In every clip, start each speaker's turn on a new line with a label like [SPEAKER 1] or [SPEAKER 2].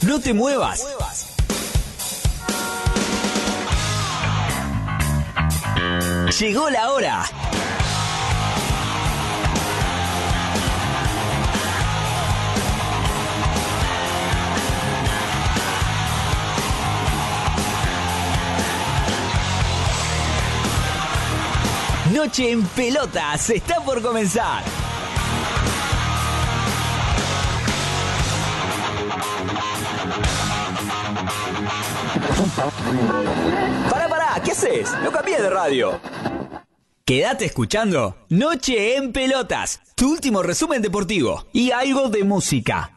[SPEAKER 1] No te muevas. Llegó la hora. Noche en Pelotas está por comenzar. Pará, ¿qué haces? No cambies de radio. Quédate escuchando Noche en Pelotas, tu último resumen deportivo y algo de música.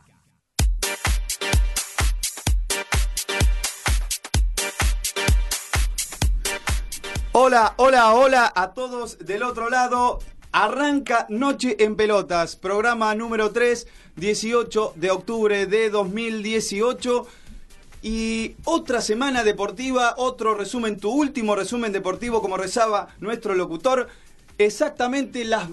[SPEAKER 2] Hola a todos del otro lado. Arranca Noche en Pelotas, programa número 3, 18 de octubre de 2018. Y otra semana deportiva, otro resumen, tu último resumen deportivo, como rezaba nuestro locutor. Exactamente las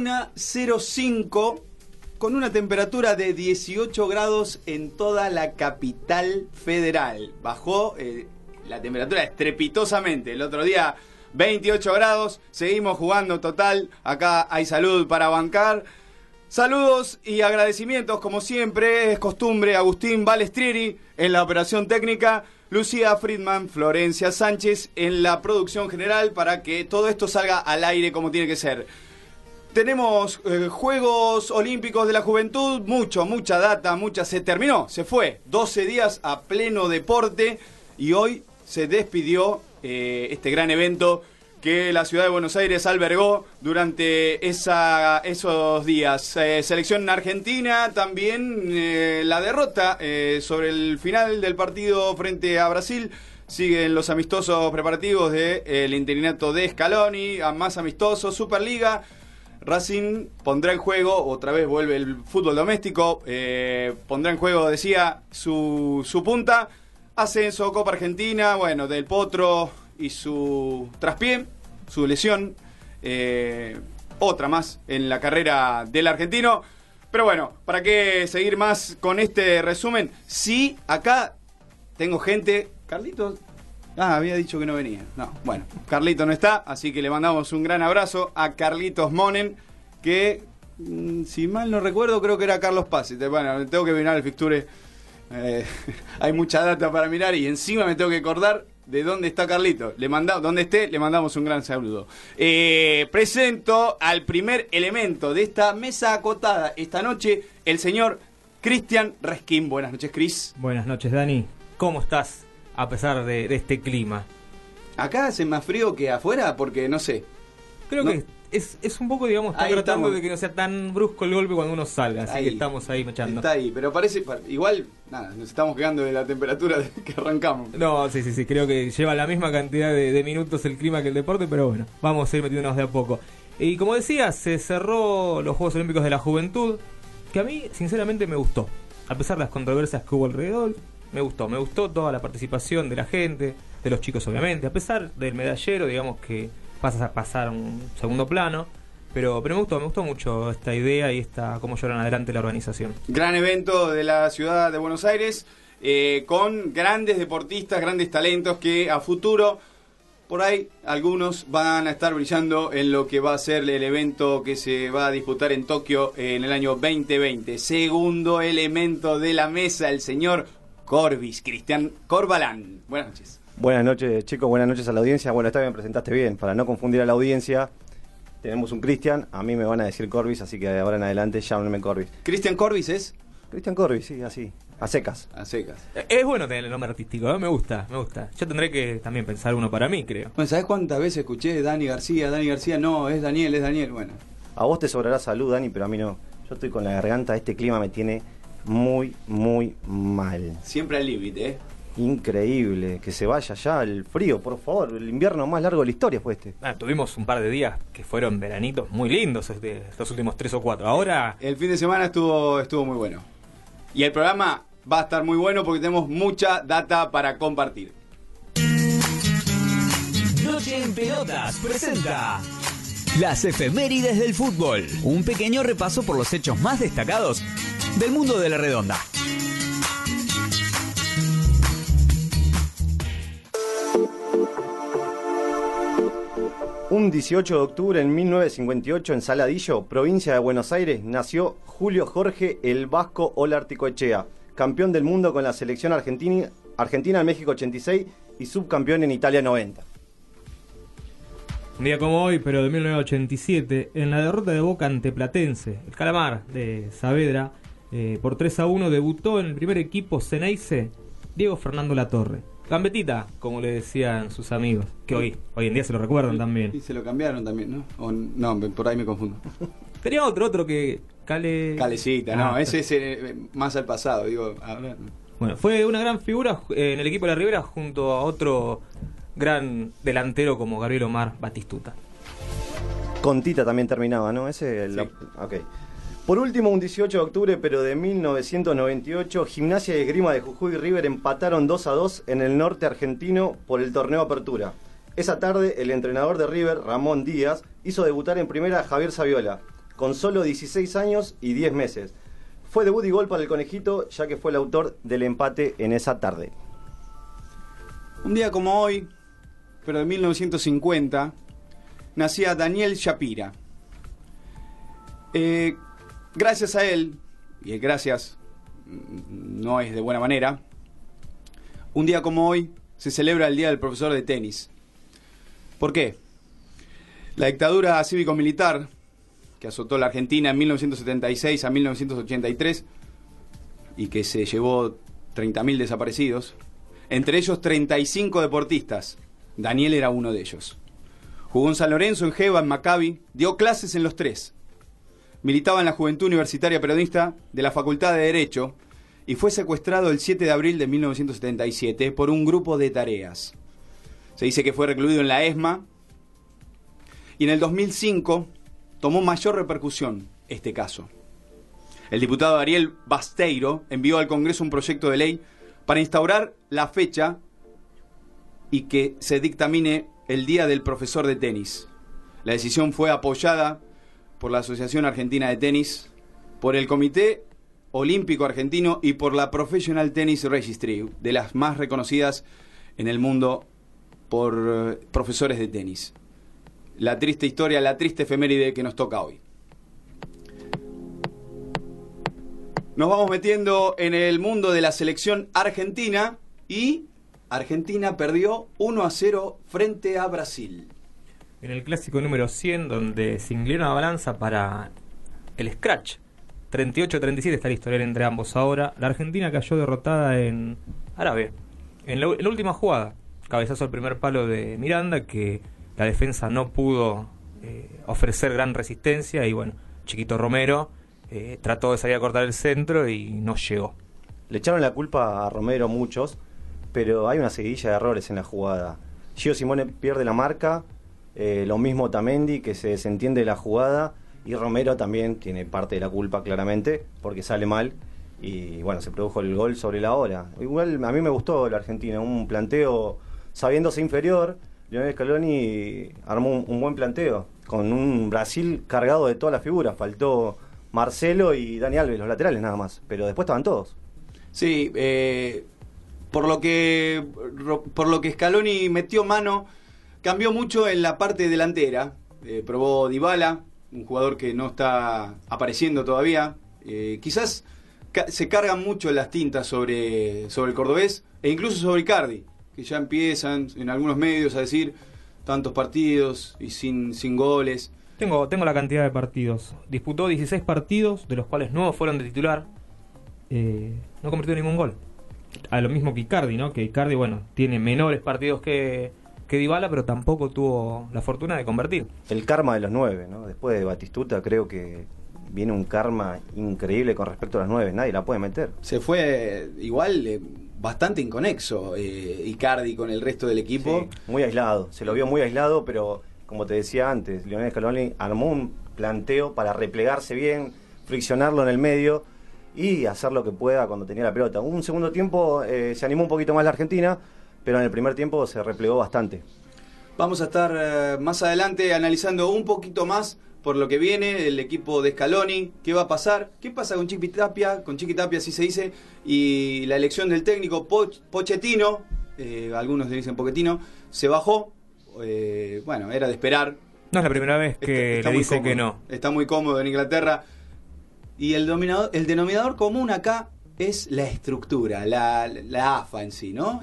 [SPEAKER 2] 21:05, con una temperatura de 18 grados en toda la capital federal. Bajó la temperatura estrepitosamente. El otro día 28 grados, seguimos jugando total. Acá hay salud para bancar. Saludos y agradecimientos, como siempre, es costumbre, Agustín Balestrieri en la operación técnica, Lucía Friedman, Florencia Sánchez en la producción general, para que todo esto salga al aire como tiene que ser. Tenemos Juegos Olímpicos de la Juventud, mucha data, se terminó, se fue, 12 días a pleno deporte y hoy se despidió este gran evento que la ciudad de Buenos Aires albergó durante esos días. Selección argentina, también la derrota sobre el final del partido frente a Brasil. Siguen los amistosos preparativos del interinato de Scaloni, a más amistosos, Superliga. Racing pondrá en juego, otra vez vuelve el fútbol doméstico, pondrá en juego, decía, su punta. Ascenso, Copa Argentina, bueno, Del Potro y su traspié, su lesión, otra más en la carrera del argentino. Pero bueno, ¿para qué seguir más con este resumen? Sí, acá tengo gente. Carlitos, había dicho que no venía. No, bueno, Carlitos no está, así que le mandamos un gran abrazo a Carlitos Monen, que, si mal no recuerdo, creo que era Carlos Paz. Bueno, tengo que mirar el fixture. Hay mucha data para mirar y encima me tengo que acordar de dónde está Carlito. Donde esté, le mandamos un gran saludo. Presento al primer elemento de esta mesa acotada esta noche, el señor Cristian Resquín. Buenas noches, Cris.
[SPEAKER 3] Buenas noches, Dani. ¿Cómo estás a pesar de este clima?
[SPEAKER 2] Acá hace más frío que afuera porque no sé.
[SPEAKER 3] Creo que es un poco, digamos, tratando
[SPEAKER 2] estamos
[SPEAKER 3] de que no sea tan brusco el golpe cuando uno salga. Así
[SPEAKER 2] ahí,
[SPEAKER 3] que estamos ahí mechando.
[SPEAKER 2] Está ahí, pero parece, igual, nada, nos estamos quedando de la temperatura que arrancamos.
[SPEAKER 3] No, sí, creo que lleva la misma cantidad de minutos el clima que el deporte, pero bueno, vamos a ir metiéndonos de a poco. Y como decía, se cerró los Juegos Olímpicos de la Juventud, que a mí, sinceramente, me gustó. A pesar de las controversias que hubo alrededor, me gustó toda la participación de la gente, de los chicos obviamente, a pesar del medallero, digamos que pasa a pasar a un segundo plano, pero me gustó mucho esta idea y cómo llevaron adelante la organización.
[SPEAKER 2] Gran evento de la ciudad de Buenos Aires, con grandes deportistas, grandes talentos que a futuro, por ahí, algunos van a estar brillando en lo que va a ser el evento que se va a disputar en Tokio en el año 2020. Segundo elemento de la mesa, el señor Corbis, Cristian Corbalán. Buenas noches.
[SPEAKER 4] Buenas noches, chicos, buenas noches a la audiencia. Bueno, esta vez me presentaste bien, para no confundir a la audiencia. Tenemos un Cristian, a mí me van a decir Corbis, así que de ahora en adelante llámenme Corbis.
[SPEAKER 2] ¿Cristian Corbis es?
[SPEAKER 4] Cristian Corbis, sí, así, a secas.
[SPEAKER 2] A secas.
[SPEAKER 3] Es bueno tener el nombre artístico, me gusta. Yo tendré que también pensar uno para mí, creo.
[SPEAKER 2] Bueno, ¿sabés cuántas veces escuché Dani García? No, es Daniel, bueno.
[SPEAKER 4] A vos te sobrará salud, Dani, pero a mí no. Yo estoy con la garganta, este clima me tiene muy mal.
[SPEAKER 2] Siempre al límite,
[SPEAKER 4] Increíble, que se vaya ya el frío, por favor. El invierno más largo de la historia fue este.
[SPEAKER 3] Tuvimos un par de días que fueron veranitos muy lindos estos últimos 3 o 4. Ahora
[SPEAKER 2] el fin de semana estuvo muy bueno. Y el programa va a estar muy bueno porque tenemos mucha data para compartir.
[SPEAKER 1] Noche en Pelotas presenta las efemérides del fútbol. Un pequeño repaso por los hechos más destacados del mundo de la redonda.
[SPEAKER 4] Un 18 de octubre en 1958 en Saladillo, provincia de Buenos Aires, nació Julio Jorge el Vasco Olarticoechea, campeón del mundo con la selección argentina en México 86 y subcampeón en Italia 90.
[SPEAKER 3] Un día como hoy, pero de 1987, en la derrota de Boca ante Platense, el Calamar de Saavedra, por 3-1, debutó en el primer equipo Ceneice Diego Fernando Latorre. Gambetita, como le decían sus amigos, que hoy en día se lo recuerdan también.
[SPEAKER 2] Y se lo cambiaron también, ¿no? O no, por ahí me confundo.
[SPEAKER 3] Tenía otro que...
[SPEAKER 2] Calecita, no, ese es más al pasado, digo, a ver.
[SPEAKER 3] Bueno, fue una gran figura en el equipo de la Ribera junto a otro gran delantero como Gabriel Omar Batistuta.
[SPEAKER 4] Con Tita también terminaba, ¿no? Ese
[SPEAKER 2] Sí.
[SPEAKER 4] Okay. Por último, un 18 de octubre, pero de 1998, Gimnasia y Esgrima de Jujuy y River empataron 2-2 en el norte argentino por el torneo Apertura. Esa tarde, el entrenador de River, Ramón Díaz, hizo debutar en primera a Javier Saviola, con solo 16 años y 10 meses. Fue debut y gol para el Conejito, ya que fue el autor del empate en esa tarde.
[SPEAKER 2] Un día como hoy, pero de 1950, nacía Daniel Shapira. Gracias a él, y el gracias no es de buena manera, un día como hoy se celebra el Día del Profesor de Tenis. ¿Por qué? La dictadura cívico-militar que azotó la Argentina en 1976 a 1983 y que se llevó 30.000 desaparecidos, entre ellos 35 deportistas. Daniel era uno de ellos. Jugó en San Lorenzo, en Geva, en Maccabi, dio clases en los tres. Militaba en la Juventud Universitaria Peronista de la Facultad de Derecho y fue secuestrado el 7 de abril de 1977 por un grupo de tareas. Se dice que fue recluido en la ESMA y en el 2005 tomó mayor repercusión este caso. El diputado Ariel Basteiro envió al Congreso un proyecto de ley para instaurar la fecha y que se dictamine el Día del Profesor de Tenis. La decisión fue apoyada por la Asociación Argentina de Tenis, por el Comité Olímpico Argentino y por la Professional Tennis Registry, de las más reconocidas en el mundo por profesores de tenis. La triste historia, la triste efeméride que nos toca hoy. Nos vamos metiendo en el mundo de la selección argentina y Argentina perdió 1-0 frente a Brasil.
[SPEAKER 3] En el clásico número 100, donde se inclinó la balanza para el scratch, 38-37 está el historial entre ambos ahora, la Argentina cayó derrotada en Arabia. En la última jugada, cabezazo al primer palo de Miranda, que la defensa no pudo ofrecer gran resistencia, y bueno, Chiquito Romero trató de salir a cortar el centro y no llegó.
[SPEAKER 4] Le echaron la culpa a Romero muchos, pero hay una seguidilla de errores en la jugada. Gio Simone pierde la marca, lo mismo Tamendi, que se desentiende de la jugada, y Romero también tiene parte de la culpa claramente, porque sale mal, y bueno, se produjo el gol sobre la hora. Igual a mí me gustó la Argentina, un planteo sabiéndose inferior. Lionel Scaloni armó un buen planteo, con un Brasil cargado de todas las figuras. Faltó Marcelo y Dani Alves, los laterales nada más, pero después estaban todos.
[SPEAKER 2] Sí, por lo que Scaloni metió mano, cambió mucho en la parte delantera. Probó Dybala, un jugador que no está apareciendo todavía. Quizás se cargan mucho las tintas sobre el cordobés e incluso sobre Icardi, que ya empiezan en algunos medios a decir tantos partidos y sin goles.
[SPEAKER 3] Tengo la cantidad de partidos. Disputó 16 partidos, de los cuales 9 fueron de titular. No convirtió ningún gol. A lo mismo que Icardi, ¿no? Que Icardi, bueno, tiene menores partidos que Dybala, pero tampoco tuvo la fortuna de convertir.
[SPEAKER 4] El karma de los 9, ¿no? Después de Batistuta creo que viene un karma increíble con respecto a los 9. Nadie la puede meter.
[SPEAKER 2] Se fue igual bastante inconexo Icardi con el resto del equipo.
[SPEAKER 4] Sí, muy aislado. Se lo vio muy aislado, pero como te decía antes, Lionel Scaloni armó un planteo para replegarse bien, friccionarlo en el medio y hacer lo que pueda cuando tenía la pelota. Un segundo tiempo se animó un poquito más la Argentina, pero en el primer tiempo se replegó bastante.
[SPEAKER 2] Vamos a estar más adelante analizando un poquito más por lo que viene el equipo de Scaloni, qué va a pasar, qué pasa con Chiqui Tapia así se dice, y la elección del técnico Pochettino, algunos le dicen Pochettino, se bajó, bueno, era de esperar,
[SPEAKER 3] No es la primera vez que
[SPEAKER 2] Está
[SPEAKER 3] le
[SPEAKER 2] muy
[SPEAKER 3] dice
[SPEAKER 2] cómodo.
[SPEAKER 3] que no.
[SPEAKER 2] Está muy cómodo en Inglaterra. Y el denominador común acá es la estructura, la AFA en sí, ¿no?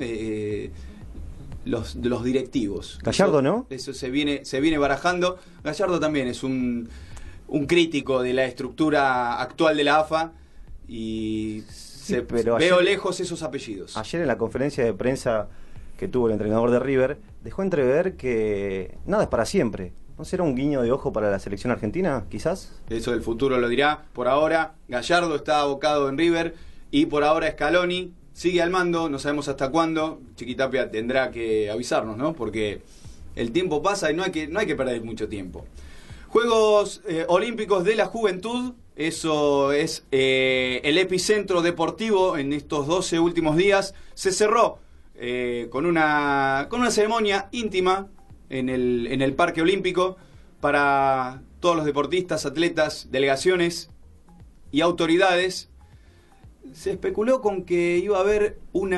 [SPEAKER 2] Los directivos.
[SPEAKER 4] Gallardo,
[SPEAKER 2] Eso,
[SPEAKER 4] ¿no?
[SPEAKER 2] Eso se viene barajando. Gallardo también es un crítico de la estructura actual de la AFA y
[SPEAKER 4] pero
[SPEAKER 2] veo
[SPEAKER 4] ayer-
[SPEAKER 2] lejos esos apellidos.
[SPEAKER 4] Ayer en la conferencia de prensa que tuvo el entrenador de River, dejó entrever que nada es para siempre. ¿No será un guiño de ojo para la selección argentina, quizás?
[SPEAKER 2] Eso del futuro lo dirá. Por ahora, Gallardo está abocado en River y por ahora Scaloni sigue al mando. No sabemos hasta cuándo. Chiquitapia tendrá que avisarnos, ¿no? Porque el tiempo pasa y no hay que perder mucho tiempo. Juegos Olímpicos de la Juventud. Eso es el epicentro deportivo en estos 12 últimos días. Se cerró con una ceremonia íntima en el Parque Olímpico para todos los deportistas, atletas, delegaciones y autoridades. Se especuló con que iba a haber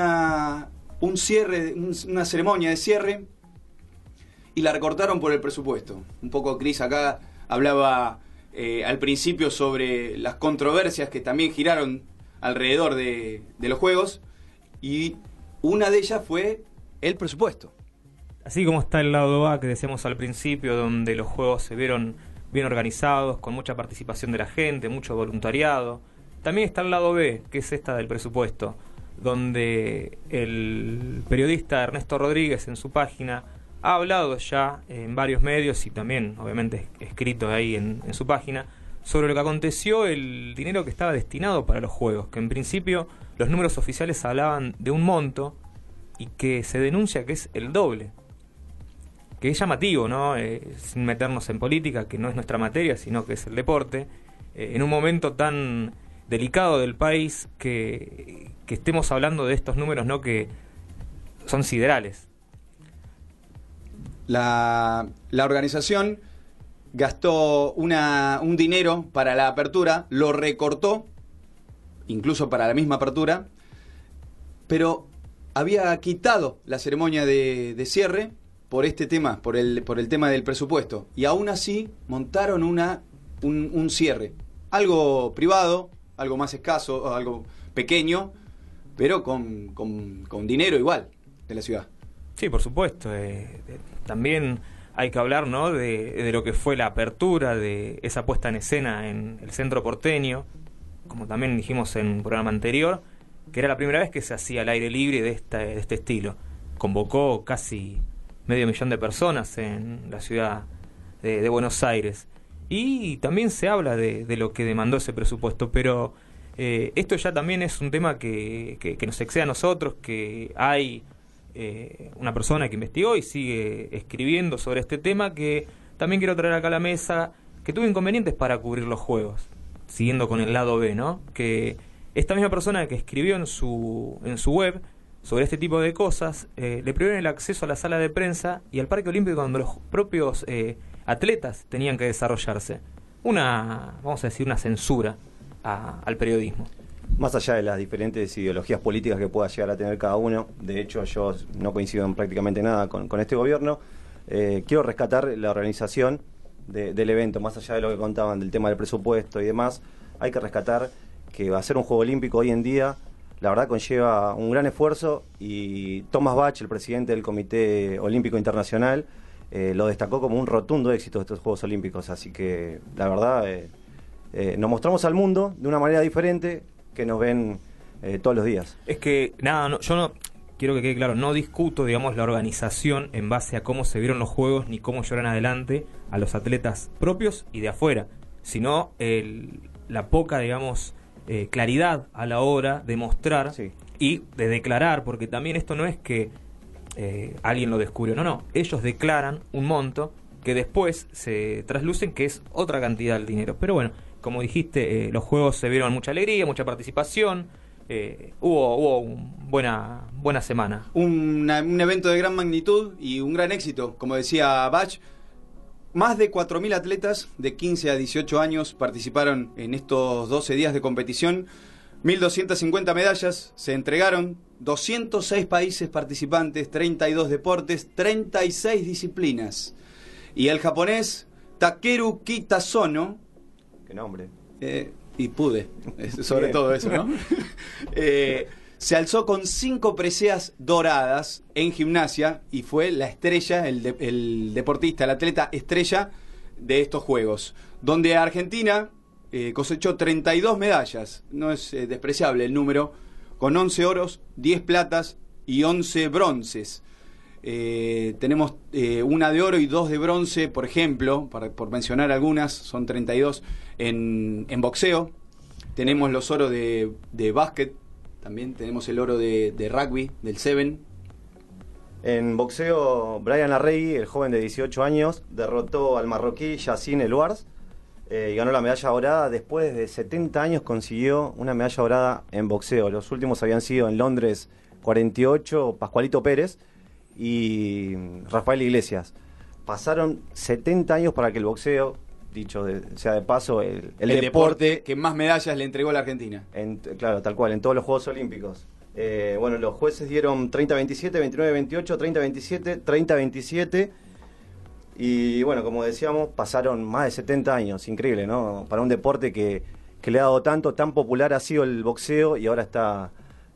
[SPEAKER 2] un cierre, una ceremonia de cierre, y la recortaron por el presupuesto. Un poco Cris acá hablaba al principio sobre las controversias que también giraron alrededor de los Juegos, y una de ellas fue el presupuesto.
[SPEAKER 3] Así como está el lado A que decíamos al principio, donde los juegos se vieron bien organizados, con mucha participación de la gente, mucho voluntariado, también está el lado B, que es esta del presupuesto, donde el periodista Ernesto Rodríguez en su página ha hablado ya en varios medios y también obviamente escrito ahí en su página sobre lo que aconteció, el dinero que estaba destinado para los juegos, que en principio los números oficiales hablaban de un monto y que se denuncia que es el doble. Que es llamativo, ¿no? Sin meternos en política, que no es nuestra materia, sino que es el deporte, en un momento tan delicado del país que estemos hablando de estos números, ¿no? Que son siderales.
[SPEAKER 2] La organización gastó un dinero para la apertura, lo recortó, incluso para la misma apertura, pero había quitado la ceremonia de cierre por este tema, por el tema del presupuesto, y aún así montaron un cierre, algo privado, algo más escaso, algo pequeño, pero con dinero igual de la ciudad.
[SPEAKER 3] Sí, por supuesto. También hay que hablar, ¿no? de lo que fue la apertura de esa puesta en escena en el centro porteño, como también dijimos en un programa anterior, que era la primera vez que se hacía al aire libre de este estilo. Convocó casi 500.000 de personas en la ciudad de Buenos Aires. Y también se habla de lo que demandó ese presupuesto, pero esto ya también es un tema que nos excede a nosotros, que hay una persona que investigó y sigue escribiendo sobre este tema, que también quiero traer acá a la mesa, que tuvo inconvenientes para cubrir los juegos, siguiendo con el lado B, ¿no? Que esta misma persona que escribió en su web sobre este tipo de cosas, le prohibieron el acceso a la sala de prensa y al Parque Olímpico cuando los propios atletas tenían que desarrollarse. Vamos a decir, una censura al periodismo.
[SPEAKER 4] Más allá de las diferentes ideologías políticas que pueda llegar a tener cada uno, de hecho yo no coincido en prácticamente nada con este gobierno, quiero rescatar la organización del evento, más allá de lo que contaban del tema del presupuesto y demás. Hay que rescatar que hacer un Juego Olímpico hoy en día, la verdad, conlleva un gran esfuerzo, y Thomas Bach, el presidente del Comité Olímpico Internacional, lo destacó como un rotundo éxito de estos Juegos Olímpicos. Así que, la verdad, nos mostramos al mundo de una manera diferente, que nos ven todos los días.
[SPEAKER 3] Es que, yo no quiero que quede claro, no discuto, digamos, la organización en base a cómo se vieron los Juegos ni cómo llevaron adelante a los atletas propios y de afuera, sino la poca, digamos, claridad a la hora de mostrar y de declarar, porque también esto no es que alguien lo descubrió, no, ellos declaran un monto que después se traslucen que es otra cantidad del dinero. Pero bueno, como dijiste, los Juegos se vieron mucha alegría, mucha participación, hubo buena semana. Un
[SPEAKER 2] evento de gran magnitud y un gran éxito, como decía Bach. Más de 4.000 atletas de 15 a 18 años participaron en estos 12 días de competición. 1.250 medallas se entregaron, 206 países participantes, 32 deportes, 36 disciplinas. Y el japonés Takeru Kitazono.
[SPEAKER 4] Qué nombre.
[SPEAKER 2] Y pude, sobre todo eso, ¿no? Se alzó con 5 preseas doradas en gimnasia y fue la estrella, el deportista, el atleta estrella de estos Juegos, donde Argentina cosechó 32 medallas, no es despreciable el número, con 11 oros, 10 platas y 11 bronces. Tenemos una de oro y 2 de bronce, por ejemplo, por mencionar algunas, son 32 en boxeo. Tenemos los oros de básquet, también tenemos el oro de rugby, del 7.
[SPEAKER 4] En boxeo, Brian Larregui, el joven de 18 años, derrotó al marroquí Yassine Elouars y ganó la medalla dorada. Después de 70 años consiguió una medalla dorada en boxeo. Los últimos habían sido en Londres 48, Pascualito Pérez y Rafael Iglesias. Pasaron 70 años para que el boxeo, dicho sea de paso, el
[SPEAKER 2] deporte que más medallas le entregó a la Argentina.
[SPEAKER 4] Claro, tal cual, en todos los Juegos Olímpicos. Bueno, los jueces dieron 30-27, 29-28, 30-27, 30-27. Y bueno, como decíamos, pasaron más de 70 años. Increíble, ¿no? Para un deporte que le ha dado tanto, tan popular ha sido el boxeo y ahora está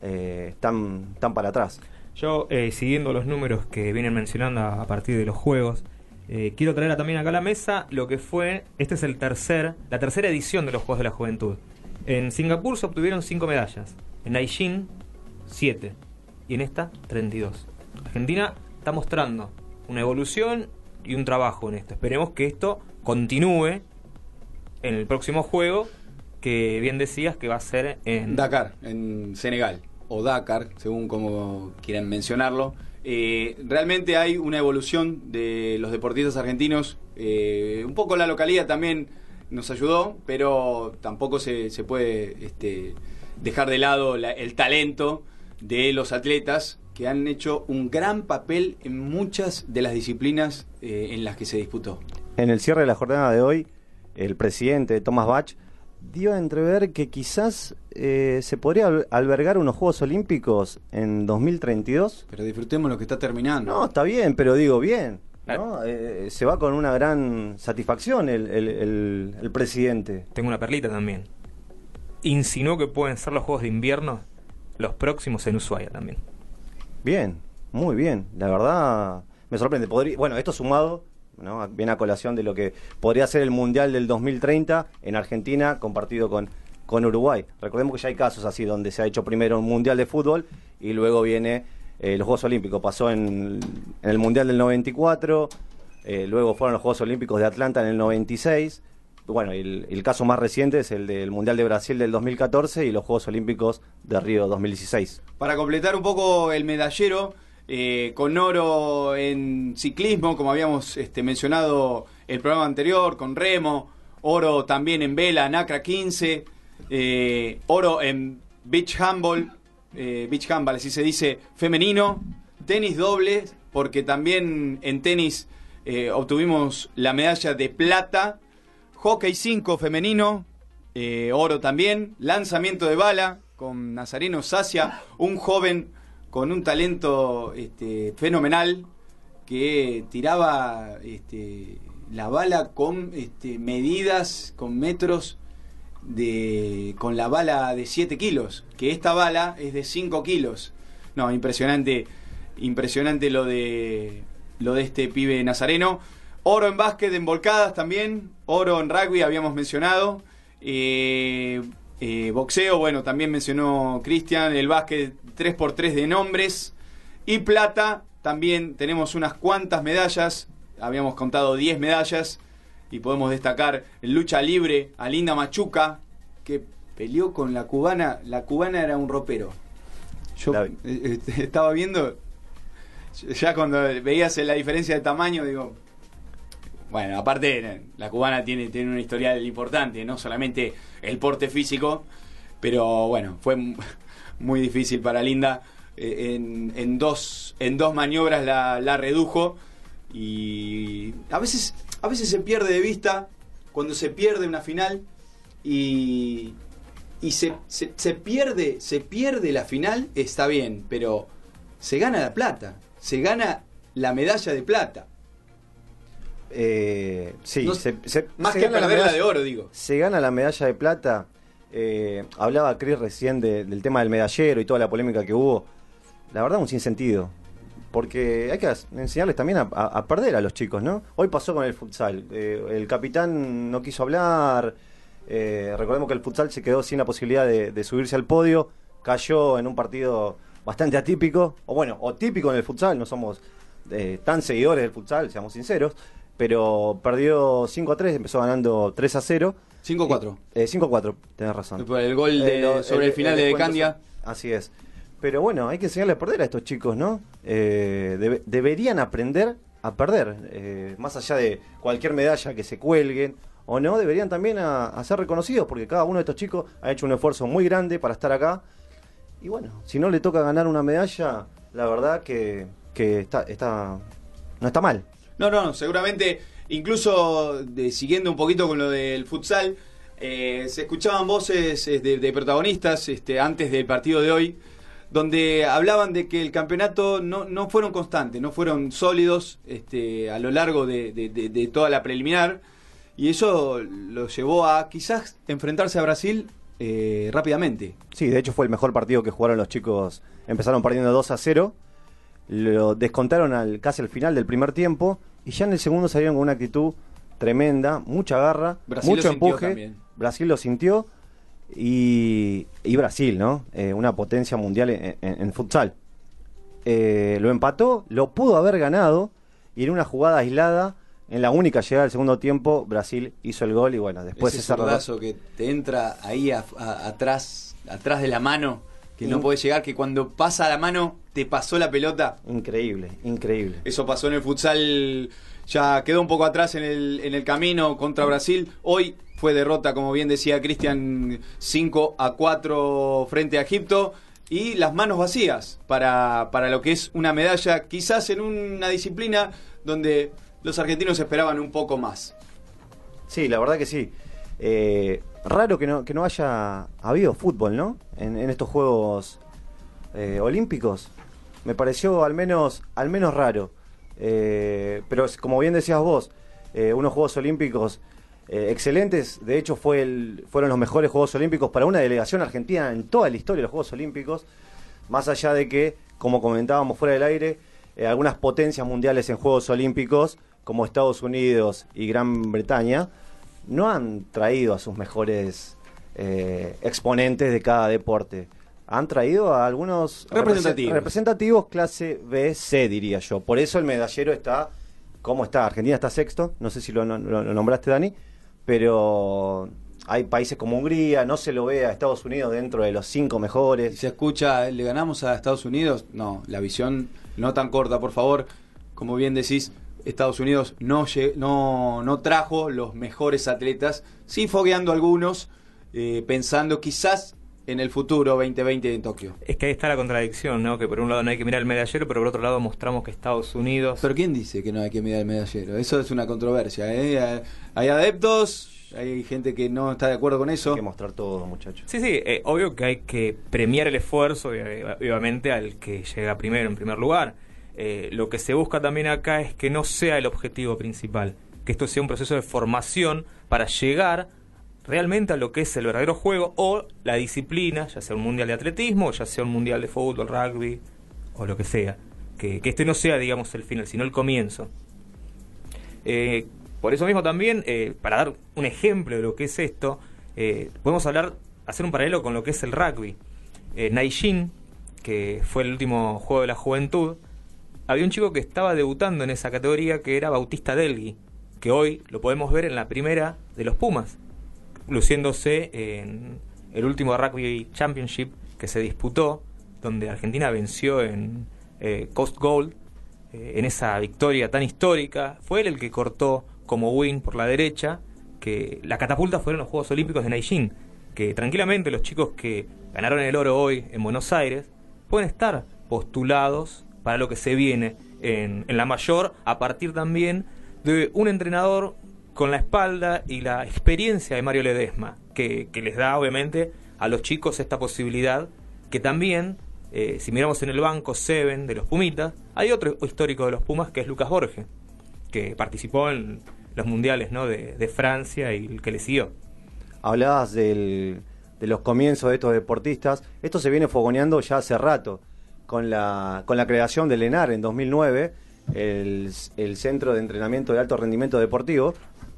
[SPEAKER 4] tan para atrás.
[SPEAKER 3] Yo, siguiendo los números que vienen mencionando a partir de los Juegos, quiero traer también acá a la mesa lo que fue, esta es la tercera edición de los Juegos de la Juventud. En Singapur se obtuvieron 5 medallas, en Nanjing 7 y en esta 32. Argentina está mostrando una evolución y un trabajo en esto. Esperemos que esto continúe en el próximo juego, que bien decías que va a ser en
[SPEAKER 2] Dakar, en Senegal, o Dakar, según como quieran mencionarlo. Realmente hay una evolución de los deportistas argentinos. Un poco la localidad también nos ayudó, pero tampoco se puede dejar de lado el talento de los atletas que han hecho un gran papel en muchas de las disciplinas en las que se disputó.
[SPEAKER 4] En el cierre de la jornada de hoy, el presidente Thomas Bach dio a entrever que quizás se podría albergar unos Juegos Olímpicos en 2032.
[SPEAKER 2] Pero disfrutemos lo que está terminando.
[SPEAKER 4] No, está bien, pero digo bien, ¿no? Se va con una gran satisfacción el presidente.
[SPEAKER 3] Tengo una perlita también. Insinuó que pueden ser los Juegos de Invierno los próximos en Ushuaia también.
[SPEAKER 4] Bien, muy bien. La verdad me sorprende. Bueno, esto sumado, ¿no?, viene a colación de lo que podría ser el Mundial del 2030 en Argentina compartido con Uruguay. Recordemos que ya hay casos así donde se ha hecho primero un Mundial de fútbol y luego viene los Juegos Olímpicos. Pasó en el Mundial del 94, luego fueron los Juegos Olímpicos de Atlanta en el 96. Bueno, el caso más reciente es el del Mundial de Brasil del 2014 y los Juegos Olímpicos de Río 2016.
[SPEAKER 2] Para completar un poco el medallero, con oro en ciclismo, como habíamos mencionado el programa anterior, con remo, oro también en vela, NACRA 15, oro en beach handball, así se dice, femenino, tenis doble, porque también en tenis obtuvimos la medalla de plata, hockey 5 femenino, oro también, lanzamiento de bala con Nazareno Sacia, un joven con un talento fenomenal que tiraba la bala con medidas, con metros, con la bala de 7 kilos, que esta bala es de 5 kilos. No, impresionante lo de este pibe Nazareno. Oro en básquet, en volcadas también, oro en rugby habíamos mencionado, boxeo, bueno, también mencionó Cristian, el básquet 3x3 de nombres, y plata, también tenemos unas cuantas medallas, habíamos contado 10 medallas, y podemos destacar en lucha libre a Linda Machuca, que peleó con la cubana era un ropero. Yo estaba viendo, ya cuando veías la diferencia de tamaño, digo... Bueno, aparte la cubana tiene un historial importante, no solamente el porte físico, pero bueno, fue muy difícil para Linda. En dos maniobras la redujo y a veces se pierde de vista cuando se pierde una final y se pierde la final, está bien, pero se gana la plata, se gana la medalla de plata.
[SPEAKER 4] Sí,
[SPEAKER 2] No, más
[SPEAKER 4] se
[SPEAKER 2] que
[SPEAKER 4] gana
[SPEAKER 2] perder la
[SPEAKER 4] medalla-
[SPEAKER 2] de oro, digo.
[SPEAKER 4] Se gana la medalla de plata. Hablaba Chris recién del tema del medallero y toda la polémica que hubo. La verdad, un sinsentido. Porque hay que enseñarles también a perder a los chicos, ¿no? Hoy pasó con el futsal. El capitán no quiso hablar. Recordemos que el futsal se quedó sin la posibilidad de subirse al podio. Cayó en un partido bastante atípico. O típico en el futsal. No somos tan seguidores del futsal, seamos sinceros. Pero perdió 5-3, empezó ganando 3-0.
[SPEAKER 2] 5-4.
[SPEAKER 4] 5-4, tenés razón.
[SPEAKER 2] El gol sobre el final de
[SPEAKER 4] descuento,
[SPEAKER 2] Candia.
[SPEAKER 4] Así es. Pero bueno, hay que enseñarle a perder a estos chicos, ¿no? Deberían aprender a perder. Más allá de cualquier medalla que se cuelguen o no, deberían también a ser reconocidos, porque cada uno de estos chicos ha hecho un esfuerzo muy grande para estar acá. Y bueno, si no le toca ganar una medalla, la verdad que no está mal.
[SPEAKER 2] No, seguramente, incluso siguiendo un poquito con lo del futsal, se escuchaban voces de protagonistas antes del partido de hoy, donde hablaban de que el campeonato no fueron constantes, no fueron sólidos a lo largo de toda la preliminar, y eso lo llevó a quizás enfrentarse a Brasil rápidamente.
[SPEAKER 4] Sí, de hecho fue el mejor partido que jugaron los chicos. Empezaron perdiendo 2-0, lo descontaron casi al final del primer tiempo, y ya en el segundo salieron con una actitud tremenda, mucha garra,
[SPEAKER 2] Brasil
[SPEAKER 4] mucho
[SPEAKER 2] lo sintió
[SPEAKER 4] empuje.
[SPEAKER 2] también.
[SPEAKER 4] Brasil lo sintió, y Brasil, ¿no? Una potencia mundial en futsal. Lo empató, lo pudo haber ganado, y en una jugada aislada, en la única llegada del segundo tiempo, Brasil hizo el gol, y bueno, después
[SPEAKER 2] ese
[SPEAKER 4] ese
[SPEAKER 2] zurdazo que te entra ahí atrás de la mano, que no podés llegar, que cuando pasa la mano te pasó la pelota.
[SPEAKER 4] Increíble.
[SPEAKER 2] Eso pasó en el futsal, ya quedó un poco atrás en el camino contra Brasil. Hoy fue derrota, como bien decía Cristian, 5-4 frente a Egipto, y las manos vacías para lo que es una medalla, quizás en una disciplina donde los argentinos esperaban un poco más.
[SPEAKER 4] Sí, la verdad que sí. Raro que no haya habido fútbol, ¿no? En estos Juegos Olímpicos. Me pareció al menos raro. Pero como bien decías vos, unos Juegos Olímpicos excelentes. De hecho, fueron los mejores Juegos Olímpicos para una delegación argentina en toda la historia de los Juegos Olímpicos. Más allá de que, como comentábamos fuera del aire, algunas potencias mundiales en Juegos Olímpicos, como Estados Unidos y Gran Bretaña, no han traído a sus mejores exponentes de cada deporte. Han traído a algunos representativos clase B, C, diría yo. Por eso el medallero está como está. Argentina está sexto, no sé si lo nombraste, Dani, pero hay países como Hungría, no se lo ve a Estados Unidos dentro de los 5 mejores.
[SPEAKER 2] Se escucha, ¿le ganamos a Estados Unidos? No, la visión no tan corta, por favor. Como bien decís, Estados Unidos no trajo los mejores atletas, sí fogueando algunos, pensando quizás en el futuro 2020 en Tokio.
[SPEAKER 3] Es que ahí está la contradicción, ¿no? Que por un lado no hay que mirar el medallero, pero por otro lado mostramos que Estados Unidos...
[SPEAKER 2] ¿Pero quién dice que no hay que mirar el medallero? Eso es una controversia, ¿eh? Hay adeptos, hay gente que no está de acuerdo con eso.
[SPEAKER 4] Hay que mostrar todo, muchachos.
[SPEAKER 3] Sí, obvio que hay que premiar el esfuerzo, obviamente, al que llega primero, en primer lugar. Lo que se busca también acá es que no sea el objetivo principal, que esto sea un proceso de formación para llegar realmente a lo que es el verdadero juego o la disciplina, ya sea un mundial de atletismo, ya sea un mundial de fútbol, rugby o lo que sea, que este no sea, digamos, el final, sino el comienzo. Por eso mismo también, para dar un ejemplo de lo que es esto, podemos hacer un paralelo con lo que es el rugby. Nanjing, que fue el último juego de la juventud, había un chico que estaba debutando en esa categoría, que era Bautista Delgui, que hoy lo podemos ver en la primera de los Pumas, luciéndose en el último Rugby Championship que se disputó, donde Argentina venció en Coast Gold, en esa victoria tan histórica. Fue él el que cortó como win por la derecha, que la catapulta fueron los Juegos Olímpicos de Nanjing, que tranquilamente los chicos que ganaron el oro hoy en Buenos Aires pueden estar postulados para lo que se viene en la mayor, a partir también de un entrenador con la espalda y la experiencia de Mario Ledesma, que les da obviamente a los chicos esta posibilidad, que también, si miramos en el banco Seven de los Pumitas, hay otro histórico de los Pumas que es Lucas Borges, que participó en los mundiales, ¿no? de Francia y el que le siguió.
[SPEAKER 4] Hablabas de los comienzos de estos deportistas. Esto se viene fogoneando ya hace rato, con la creación del ENAR en 2009, el Centro de Entrenamiento de Alto Rendimiento Deportivo.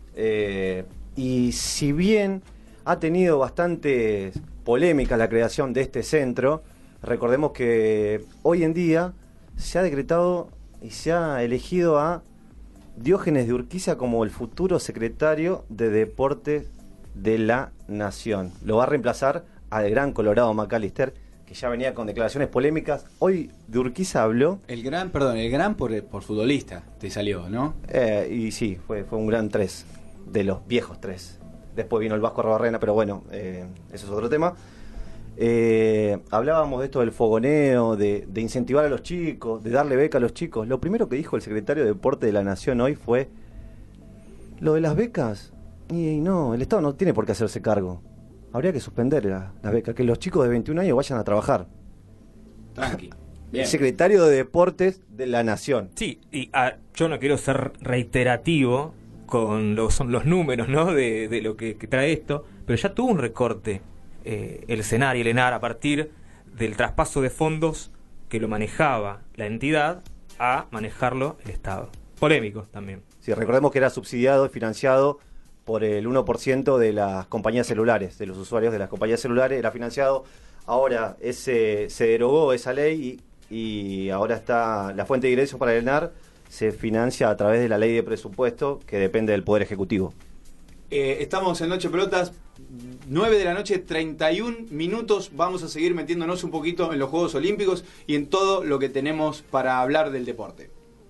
[SPEAKER 4] Y si bien ha tenido bastantes polémicas la creación de este centro, recordemos que hoy en día se ha decretado y se ha elegido a Diógenes de Urquiza como el futuro secretario de Deportes de la Nación. Lo va a reemplazar al gran Colorado McAllister, que ya venía con declaraciones polémicas. Hoy de Urquiza habló.
[SPEAKER 2] El gran por futbolista te salió, ¿no?
[SPEAKER 4] Y sí, fue un gran 3, de los viejos 3. Después vino el Vasco Arrobarrena, pero bueno, eso es otro tema. Hablábamos de esto del fogoneo, de incentivar a los chicos, de darle beca a los chicos. Lo primero que dijo el secretario de Deporte de la Nación hoy fue lo de las becas. Y no, el Estado no tiene por qué hacerse cargo. Habría que suspender las becas, que los chicos de 21 años vayan a trabajar.
[SPEAKER 2] Tranqui.
[SPEAKER 4] El secretario de Deportes de la Nación.
[SPEAKER 3] Sí, y yo no quiero ser reiterativo con los números, ¿no? de lo que trae esto, pero ya tuvo un recorte el CENAR y el ENAR a partir del traspaso de fondos que lo manejaba la entidad a manejarlo el Estado. Polémico también.
[SPEAKER 4] Sí, recordemos que era subsidiado y financiado por el 1% de las compañías celulares, de los usuarios de las compañías celulares, era financiado. Ahora se derogó esa ley y ahora está la fuente de ingresos para el ENAR, se financia a través de la ley de presupuesto que depende del Poder Ejecutivo.
[SPEAKER 2] Estamos en Noche Pelotas, 9 de la noche, 31 minutos. Vamos a seguir metiéndonos un poquito en los Juegos Olímpicos y en todo lo que tenemos para hablar del deporte.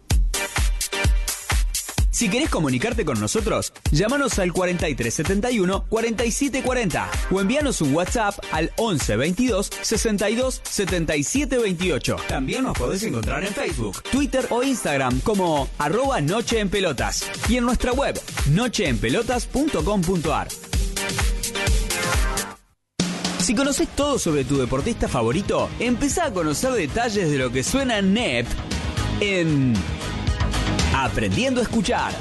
[SPEAKER 1] Si querés comunicarte con nosotros, llámanos al 4371 4740 o envíanos un WhatsApp al 11 22 62 77 28. También nos podés encontrar en Facebook, Twitter o Instagram como @nocheenpelotas y en nuestra web nocheenpelotas.com.ar. Si conoces todo sobre tu deportista favorito, empezá a conocer detalles de lo que suena NEP en Aprendiendo a Escuchar.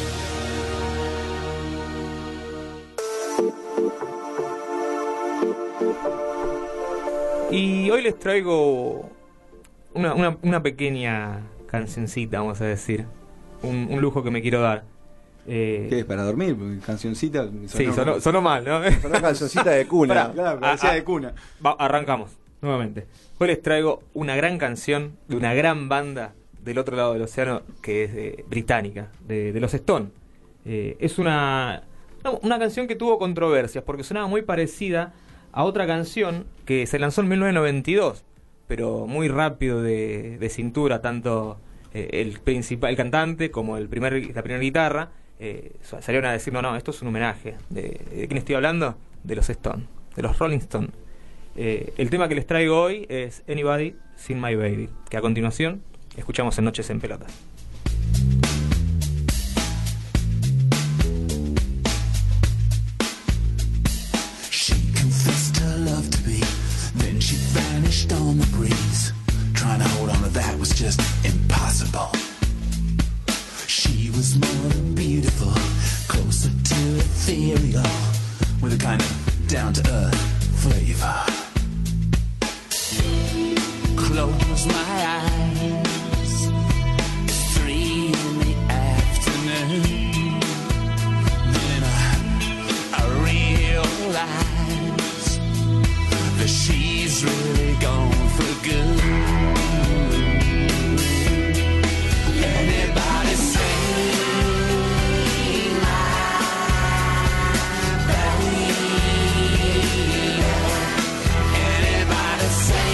[SPEAKER 3] Y hoy les traigo una pequeña cancioncita, vamos a decir. Un lujo que me quiero dar.
[SPEAKER 2] ¿Qué es para dormir? Porque cancioncita.
[SPEAKER 3] Sí, sonó mal, ¿no?
[SPEAKER 4] Una cancioncita de cuna.
[SPEAKER 2] Claro, parecía de cuna.
[SPEAKER 3] Arrancamos nuevamente. Hoy les traigo una gran canción de una gran banda del otro lado del océano, que es británica, de los Stones. Es una canción que tuvo controversias porque sonaba muy parecida a otra canción que se lanzó en 1992, pero muy rápido de cintura, tanto el cantante como la primera guitarra salieron a decir no, esto es un homenaje. ¿De quién estoy hablando? De los Stones, de los Rolling Stones. El tema que les traigo hoy es Anybody Seen My Baby, que a continuación escuchamos en Noches en Pelotas.
[SPEAKER 5] She confessed her love to me, then she vanished on the breeze. Trying to hold on to that was just impossible. She was more than beautiful, closer to ethereal, with a kind of down-to-earth flavor. Close my eyes, it's 3 in the afternoon. Then I realize that she's really gone for good. Anybody say my baby? Anybody say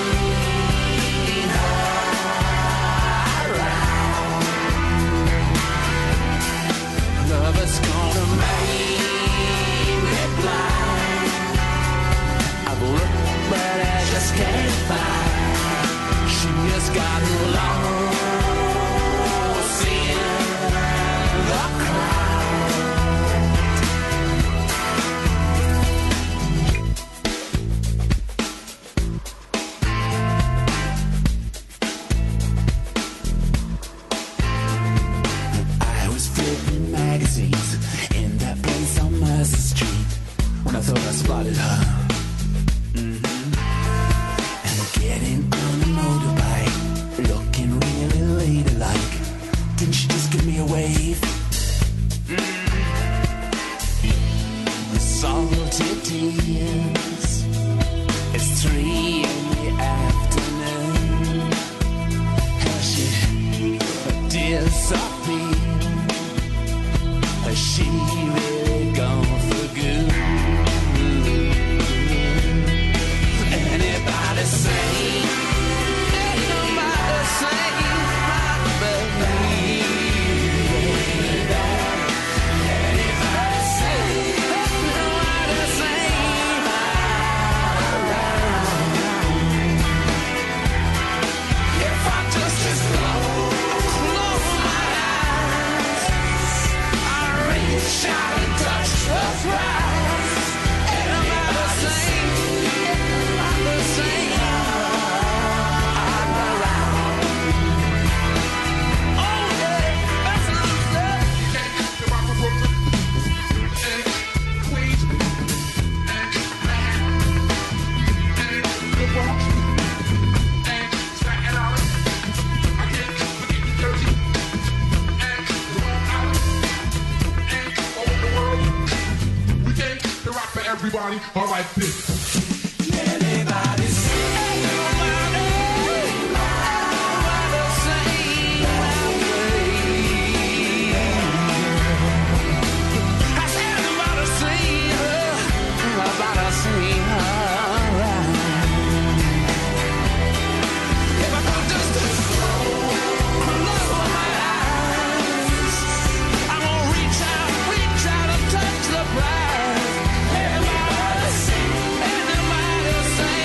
[SPEAKER 5] lover's gonna make me blind. I've looked, but as spotted her. And getting on a motorbike, looking really ladylike. Didn't she just give me a wave? The salty tears. It's 3 in the afternoon. Has she disappeared? Has she really gone for good? Anybody say? Anybody say? My baby. Anybody say? Anybody say? If I just close my eyes, I reach out and touch the prize. Anybody say? Anybody say?
[SPEAKER 6] Everybody, all right, this.
[SPEAKER 5] Anybody say? Anybody say? Has anybody seen her? Anybody seen her? If I could just close my eyes, I'm gonna reach out and touch the prize. Anybody say? Anybody say?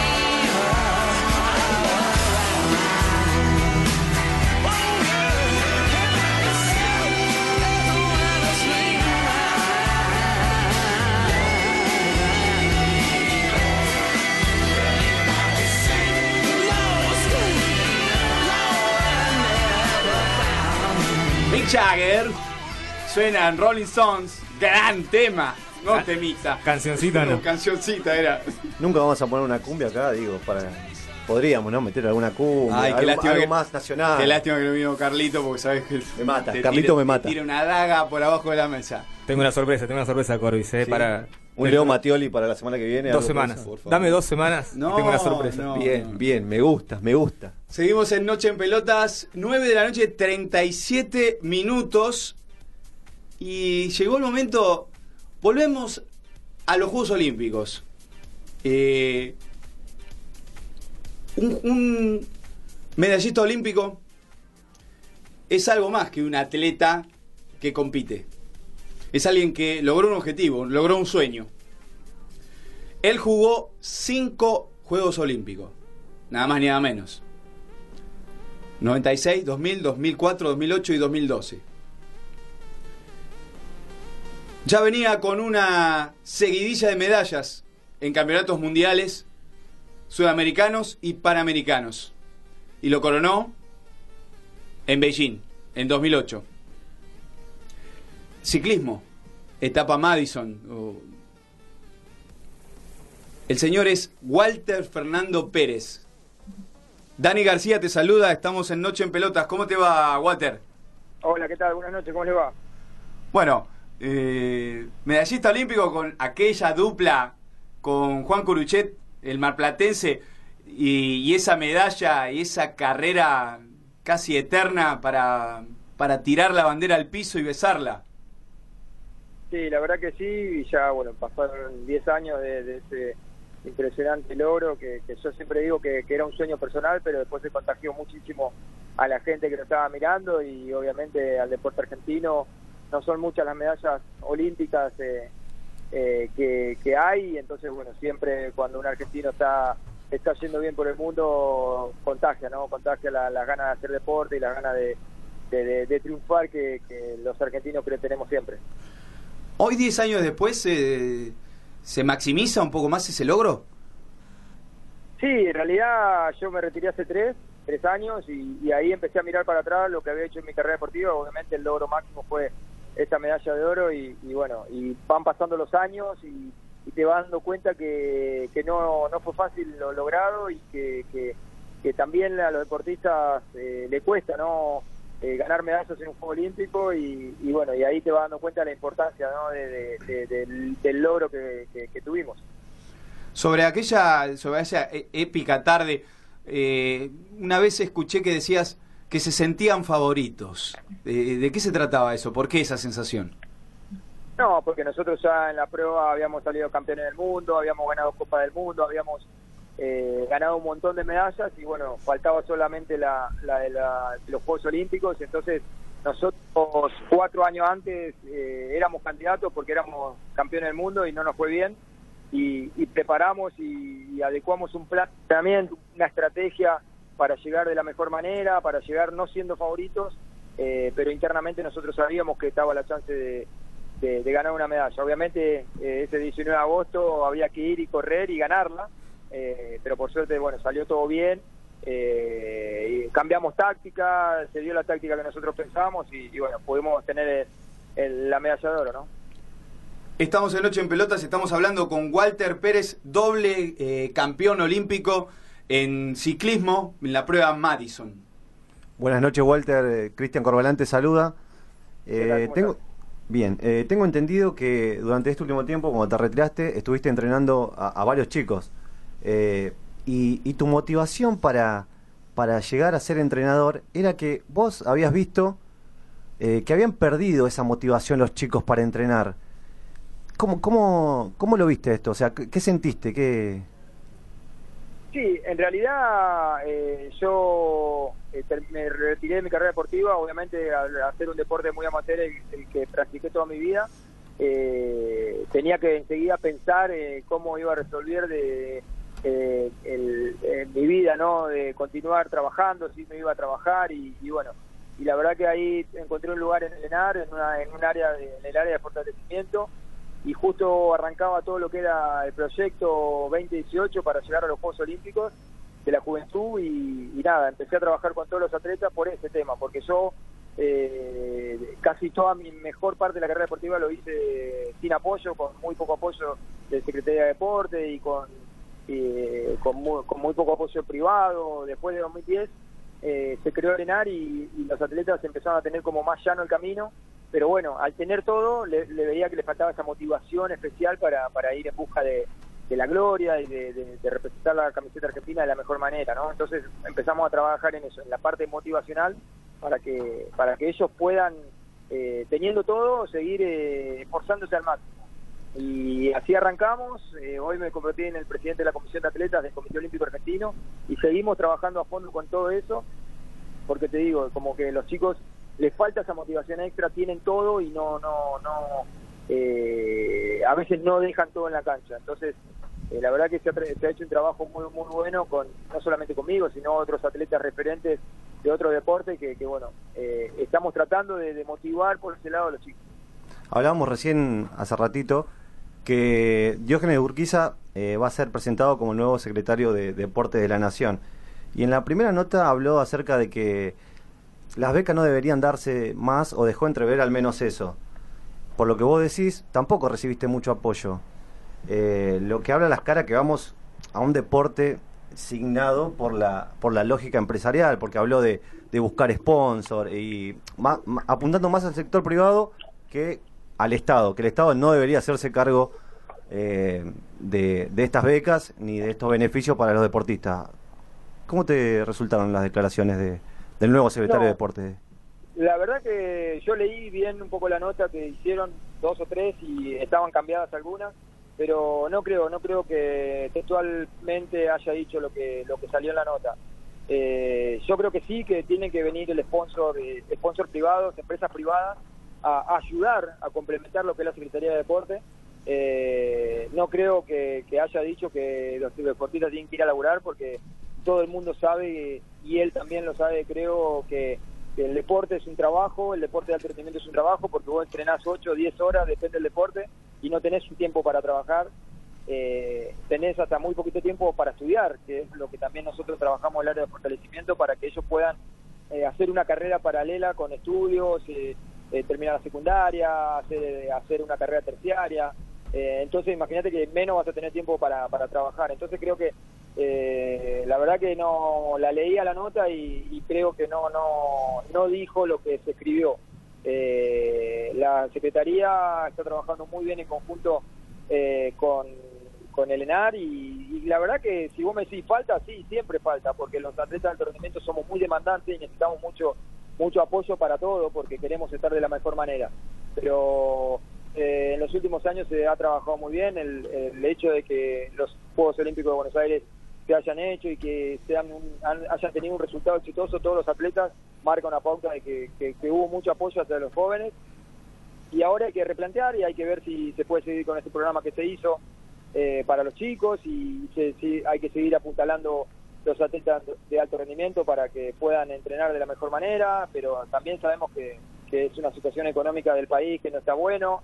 [SPEAKER 5] Oh, girl. Anybody say? Anybody say?
[SPEAKER 2] Mick Jagger suena en Rolling Stones, gran tema, no temita.
[SPEAKER 3] Cancioncita no.
[SPEAKER 2] Cancioncita era.
[SPEAKER 4] Nunca vamos a poner una cumbia acá, digo, podríamos, ¿no? Meter alguna cumbia,
[SPEAKER 2] Ay, qué
[SPEAKER 4] algo,
[SPEAKER 2] lástima
[SPEAKER 4] algo
[SPEAKER 2] que-
[SPEAKER 4] más nacional.
[SPEAKER 2] Qué lástima que no vino Carlito porque sabes que
[SPEAKER 4] Me mata,
[SPEAKER 2] te
[SPEAKER 4] Carlito me mata.
[SPEAKER 2] te tira una daga por abajo de la mesa.
[SPEAKER 3] Tengo una sorpresa, Corbis,
[SPEAKER 4] Sí.
[SPEAKER 3] para
[SPEAKER 4] Un Leo Mattioli para la semana que viene.
[SPEAKER 3] 2
[SPEAKER 4] algo por
[SPEAKER 3] semanas.
[SPEAKER 4] eso, por favor.
[SPEAKER 3] Dame 2 semanas
[SPEAKER 2] No,
[SPEAKER 3] y tengo una sorpresa.
[SPEAKER 2] no.
[SPEAKER 4] Bien, me gusta.
[SPEAKER 2] Seguimos en Noche en Pelotas, 9 de la noche, 37 minutos. Y llegó el momento, volvemos a los Juegos Olímpicos. Un medallista olímpico es algo más que un atleta que compite. Es alguien que logró un objetivo, logró un sueño. Él jugó 5 Juegos Olímpicos, nada más ni nada menos. 96, 2000, 2004, 2008 y 2012. Ya venía con una seguidilla de medallas en campeonatos mundiales, sudamericanos y panamericanos. Y lo coronó en Beijing, en 2008. Ciclismo, etapa Madison. El señor es Walter Fernando Pérez. Dani García te saluda, estamos en Noche en Pelotas. ¿Cómo te va, Walter?
[SPEAKER 7] Hola, ¿qué tal? Buenas noches, ¿cómo le va?
[SPEAKER 2] Bueno, medallista olímpico con aquella dupla con Juan Curuchet, el marplatense, y esa medalla y esa carrera casi eterna para tirar la bandera al piso y besarla.
[SPEAKER 7] Sí, la verdad que sí, y ya, bueno, pasaron 10 años de ese impresionante logro que yo siempre digo que era un sueño personal, pero después se contagió muchísimo a la gente que lo estaba mirando y obviamente al deporte argentino. No son muchas las medallas olímpicas que hay, entonces, bueno, siempre cuando un argentino está yendo bien por el mundo, contagia, ¿no? Contagia las ganas de hacer deporte y las ganas de triunfar que los argentinos que tenemos siempre.
[SPEAKER 2] Hoy, 10 años después, ¿se maximiza un poco más ese logro?
[SPEAKER 7] Sí, en realidad yo me retiré hace 3 años y ahí empecé a mirar para atrás lo que había hecho en mi carrera deportiva. Obviamente el logro máximo fue esa medalla de oro y bueno, y van pasando los años y te vas dando cuenta que no fue fácil lo logrado y que también a los deportistas le cuesta, ¿no? Ganar medallas en un Juego Olímpico y bueno, y ahí te vas dando cuenta de la importancia, ¿no? del logro que tuvimos.
[SPEAKER 2] Sobre esa épica tarde, una vez escuché que decías que se sentían favoritos. ¿De qué se trataba eso? ¿Por qué esa sensación?
[SPEAKER 7] No, porque nosotros ya en la prueba habíamos salido campeones del mundo, habíamos ganado Copa del Mundo, habíamos ganado un montón de medallas y bueno, faltaba solamente la de los Juegos Olímpicos. Entonces nosotros 4 años antes éramos candidatos porque éramos campeones del mundo y no nos fue bien y preparamos y adecuamos un plan de entrenamiento, una estrategia para llegar de la mejor manera, para llegar no siendo favoritos, pero internamente nosotros sabíamos que estaba la chance de ganar una medalla. Obviamente ese 19 de agosto había que ir y correr y ganarla, pero por suerte, bueno, salió todo bien, y cambiamos táctica, se dio la táctica que nosotros pensábamos y bueno, pudimos tener la medalla de oro, ¿no?
[SPEAKER 2] Estamos en Noche en Pelotas, estamos hablando con Walter Pérez, doble campeón olímpico en ciclismo en la prueba Madison.
[SPEAKER 4] Buenas noches, Walter. Cristian Corbalán te saluda. Tengo entendido que durante este último tiempo, cuando te retiraste, estuviste entrenando a varios chicos. Y tu motivación para llegar a ser entrenador era que vos habías visto que habían perdido esa motivación los chicos para entrenar. ¿Cómo lo viste esto? O sea, ¿qué sentiste?
[SPEAKER 7] Sí, en realidad yo me retiré de mi carrera deportiva, obviamente al hacer un deporte muy amateur, el que practiqué toda mi vida, tenía que enseguida pensar cómo iba a resolver mi vida, ¿no? De continuar trabajando, si me iba a trabajar y bueno, y la verdad que ahí encontré un lugar en el ENAR, en el área de fortalecimiento, y justo arrancaba todo lo que era el proyecto 2018 para llegar a los Juegos Olímpicos de la juventud y nada, empecé a trabajar con todos los atletas por ese tema, porque yo casi toda mi mejor parte de la carrera deportiva lo hice sin apoyo, con muy poco apoyo del Secretaría de Deporte y con muy poco apoyo privado. Después de 2010 se creó el ENAR y los atletas empezaron a tener como más llano el camino, pero bueno, al tener todo le veía que le faltaba esa motivación especial para ir en busca de la gloria y de representar la camiseta argentina de la mejor manera, ¿no? Entonces empezamos a trabajar en eso, en la parte motivacional, para que ellos puedan, teniendo todo, seguir esforzándose al máximo. Y así arrancamos. Hoy me convertí en el presidente de la Comisión de Atletas del Comité Olímpico Argentino y seguimos trabajando a fondo con todo eso, porque te digo, como que los chicos les falta esa motivación extra, tienen todo y a veces no dejan todo en la cancha. Entonces la verdad que se ha hecho un trabajo muy muy bueno, no solamente conmigo, sino otros atletas referentes de otro deporte que bueno, estamos tratando de motivar por ese lado a los chicos.
[SPEAKER 4] Hablábamos recién, hace ratito, que Diógenes Urquiza va a ser presentado como nuevo secretario de Deportes de la Nación. Y en la primera nota habló acerca de que las becas no deberían darse más, o dejó entrever al menos eso. Por lo que vos decís, tampoco recibiste mucho apoyo. Lo que habla a las caras que vamos a un deporte signado por la lógica empresarial, porque habló de buscar sponsor y apuntando más al sector privado que al Estado, que el Estado no debería hacerse cargo de estas becas ni de estos beneficios para los deportistas. ¿Cómo te resultaron las declaraciones del nuevo secretario de Deportes?
[SPEAKER 7] La verdad que yo leí bien un poco la nota que hicieron, 2 o 3, y estaban cambiadas algunas, pero no creo que textualmente haya dicho lo que salió en la nota. Yo creo que sí, que tienen que venir el sponsor privados, empresas privadas, a ayudar a complementar lo que es la Secretaría de Deporte. No creo que haya dicho que los deportistas tienen que ir a laburar, porque todo el mundo sabe, y él también lo sabe, creo que el deporte es un trabajo, el deporte de alto rendimiento es un trabajo, porque vos entrenás 8 o 10 horas, depende del deporte, y no tenés un tiempo para trabajar, tenés hasta muy poquito tiempo para estudiar, que es lo que también nosotros trabajamos en el área de fortalecimiento, para que ellos puedan hacer una carrera paralela con estudios, terminar la secundaria, hacer una carrera terciaria. Entonces imagínate que menos vas a tener tiempo para trabajar. Entonces creo que la verdad que no la leí a la nota y creo que no dijo lo que se escribió. La Secretaría está trabajando muy bien en conjunto con el ENAR y la verdad que si vos me decís falta, sí, siempre falta, porque los atletas de alto rendimiento somos muy demandantes y necesitamos mucho apoyo para todo porque queremos estar de la mejor manera. Pero en los últimos años se ha trabajado muy bien el hecho de que los Juegos Olímpicos de Buenos Aires se hayan hecho y que hayan tenido un resultado exitoso, todos los atletas marca una pauta de que hubo mucho apoyo hacia los jóvenes y ahora hay que replantear y hay que ver si se puede seguir con este programa que se hizo para los chicos y si hay que seguir apuntalando los atletas de alto rendimiento para que puedan entrenar de la mejor manera, pero también sabemos que es una situación económica del país que no está bueno,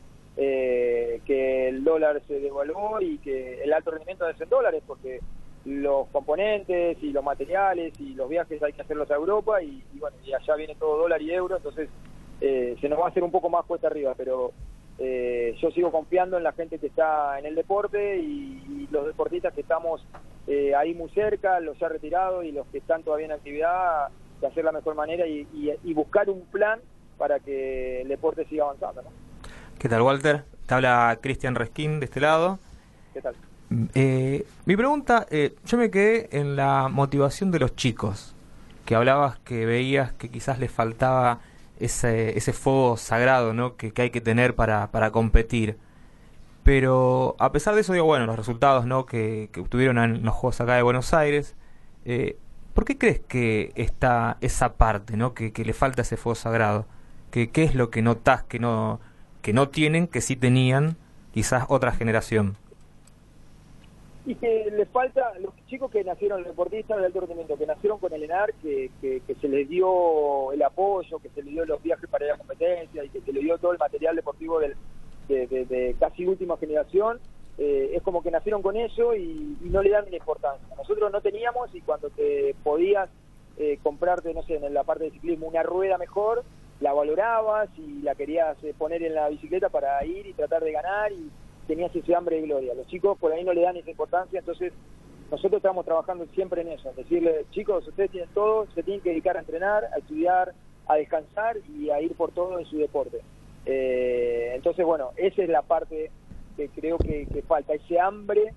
[SPEAKER 7] que el dólar se devaluó y que el alto rendimiento es en dólares porque los componentes y los materiales y los viajes hay que hacerlos a Europa y bueno, y allá viene todo dólar y euro, entonces se nos va a hacer un poco más cuesta arriba, pero yo sigo confiando en la gente que está en el deporte y los deportistas que estamos ahí muy cerca, los ya retirados y los que están todavía en actividad, de hacer la mejor manera y buscar un plan para que el deporte siga avanzando, ¿no?
[SPEAKER 3] ¿Qué tal, Walter? Te habla Cristian Resquín de este lado.
[SPEAKER 7] ¿Qué tal?
[SPEAKER 3] Mi pregunta, yo me quedé en la motivación de los chicos, que hablabas que veías que quizás les faltaba ese fuego sagrado, ¿no? que hay que tener para competir. Pero a pesar de eso, digo, bueno, los resultados, ¿no? que obtuvieron en los Juegos acá de Buenos Aires, ¿por qué crees que está esa parte, ¿no? que le falta ese fuego sagrado? ¿Qué es lo que notás que no tienen, que sí tenían quizás otra generación?
[SPEAKER 7] Y que les falta, los chicos que nacieron, los deportistas de alto rendimiento, que nacieron con el ENAR, que se les dio el apoyo, que se les dio los viajes para ir a competencia y que se les dio todo el material deportivo de casi última generación, es como que nacieron con eso y no le dan la importancia. Nosotros no teníamos y cuando te podías comprarte, no sé, en la parte de ciclismo una rueda mejor, la valorabas y la querías poner en la bicicleta para ir y tratar de ganar y tenías ese hambre de gloria. Los chicos por ahí no le dan esa importancia, entonces nosotros estamos trabajando siempre en eso, en decirle, chicos, ustedes tienen todo, se tienen que dedicar a entrenar, a estudiar, a descansar y a ir por todo en su deporte. Entonces, bueno, esa es la parte que creo que falta, ese hambre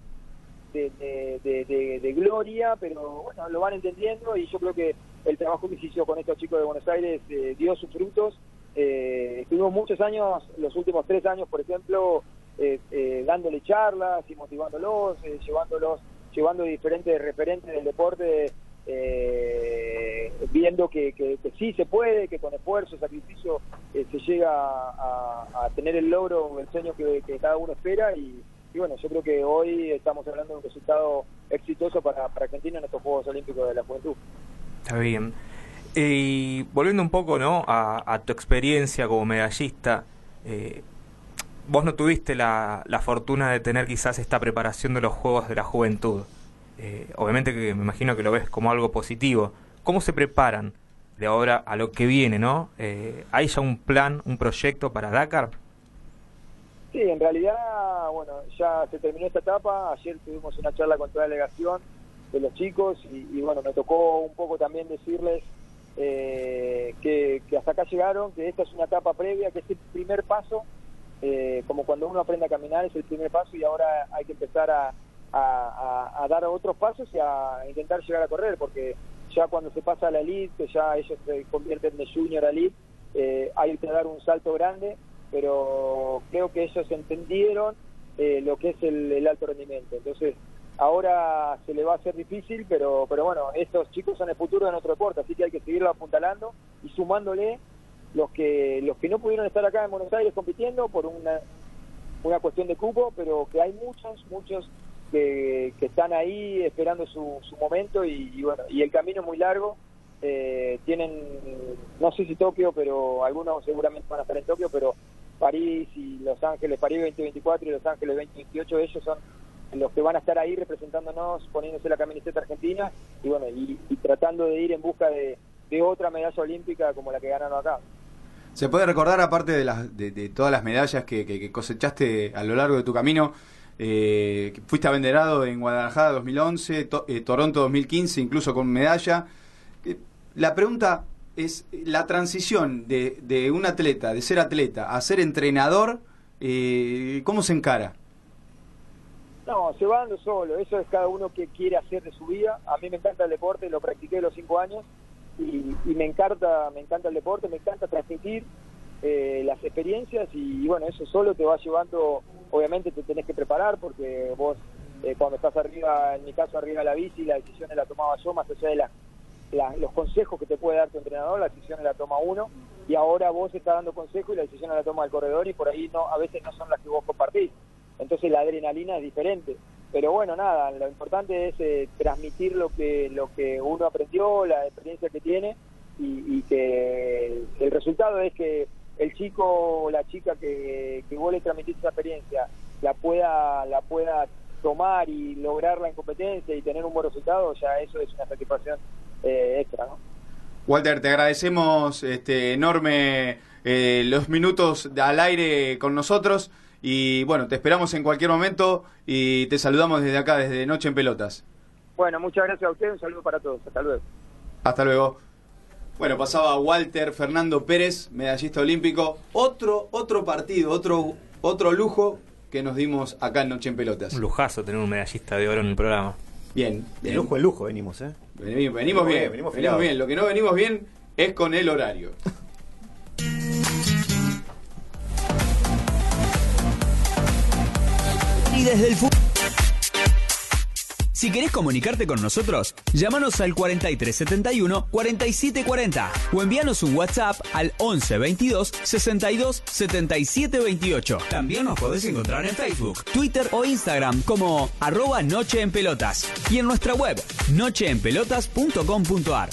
[SPEAKER 7] de gloria, pero bueno, lo van entendiendo y yo creo que el trabajo que se hizo con estos chicos de Buenos Aires dio sus frutos. Estuvimos muchos años, los últimos 3 años, por ejemplo, dándole charlas y motivándolos, llevando diferentes referentes del deporte, viendo que sí se puede, que con esfuerzo, sacrificio se llega a tener el logro, el sueño que cada uno espera y bueno, yo creo que hoy estamos hablando de un resultado exitoso para Argentina en estos Juegos Olímpicos de la Juventud.
[SPEAKER 3] Está bien. Y volviendo un poco, ¿no? a tu experiencia como medallista, vos no tuviste la fortuna de tener quizás esta preparación de los Juegos de la Juventud. Obviamente que me imagino que lo ves como algo positivo. ¿Cómo se preparan de ahora a lo que viene, no? ¿Hay ya un plan, un proyecto para Dakar?
[SPEAKER 7] Sí, en realidad, bueno, ya se terminó esta etapa. Ayer tuvimos una charla con toda la delegación de los chicos y bueno, me tocó un poco también decirles que hasta acá llegaron, que esta es una etapa previa, que es el primer paso, como cuando uno aprende a caminar, es el primer paso y ahora hay que empezar a dar otros pasos y a intentar llegar a correr, porque ya cuando se pasa a la elite, que ya ellos se convierten de junior a elite, hay que dar un salto grande, pero creo que ellos entendieron lo que es el alto rendimiento. Entonces ahora se le va a hacer difícil, pero bueno, estos chicos son el futuro de nuestro deporte, así que hay que seguirlo apuntalando y sumándole los que no pudieron estar acá en Buenos Aires compitiendo por una cuestión de cupo, pero que hay muchos que están ahí esperando su momento y bueno, y el camino es muy largo. Tienen, no sé si Tokio, pero algunos seguramente van a estar en Tokio, pero París y Los Ángeles, París 2024 y Los Ángeles 2028, ellos son los que van a estar ahí representándonos, poniéndose la camiseta argentina y bueno, y tratando de ir en busca de otra medalla olímpica como la que ganaron acá.
[SPEAKER 2] ¿Se puede recordar, aparte de todas las medallas que cosechaste a lo largo de tu camino, que fuiste abanderado en Guadalajara 2011, Toronto 2015, incluso con medalla? La pregunta es, la transición de un atleta, de ser atleta a ser entrenador, ¿cómo se encara?
[SPEAKER 7] No, se va dando solo, eso es cada uno que quiere hacer de su vida. A mí me encanta el deporte, lo practiqué a los 5 años y me encanta el deporte, me encanta transmitir las experiencias y bueno, eso solo te va llevando. Obviamente te tenés que preparar porque vos cuando estás arriba, en mi caso arriba de la bici, las decisiones las tomaba yo, más allá de los consejos que te puede dar tu entrenador, las decisiones las toma uno, y ahora vos estás dando consejos y la decisión la toma el corredor, y por ahí no, a veces no son las que vos compartís, entonces la adrenalina es diferente. Pero bueno, nada, lo importante es transmitir lo que uno aprendió, la experiencia que tiene, y que el resultado es que el chico o la chica que vos le transmitís esa experiencia la pueda tomar y lograrla en competencia y tener un buen resultado, ya eso es una satisfacción extra, ¿no?
[SPEAKER 2] Walter, te agradecemos enorme los minutos al aire con nosotros y bueno, te esperamos en cualquier momento y te saludamos desde acá, desde Noche en Pelotas.
[SPEAKER 7] Bueno, muchas gracias a ustedes, un saludo para todos, hasta luego.
[SPEAKER 2] Hasta luego. Bueno, pasaba Walter Fernando Pérez, medallista olímpico. Otro partido, otro lujo que nos dimos acá en Noche en Pelotas.
[SPEAKER 3] Un lujazo tener un medallista de oro en el programa.
[SPEAKER 2] Bien.
[SPEAKER 4] De lujo en lujo venimos, ¿eh?
[SPEAKER 2] Venimos bien. Lo que no venimos bien es con el horario.
[SPEAKER 1] Y desde el Si querés comunicarte con nosotros, llámanos al 4371 4740 o envíanos un WhatsApp al 11 22 62 77 28. También nos podés encontrar en Facebook, Twitter o Instagram como @nocheenpelotas y en nuestra web nocheenpelotas.com.ar.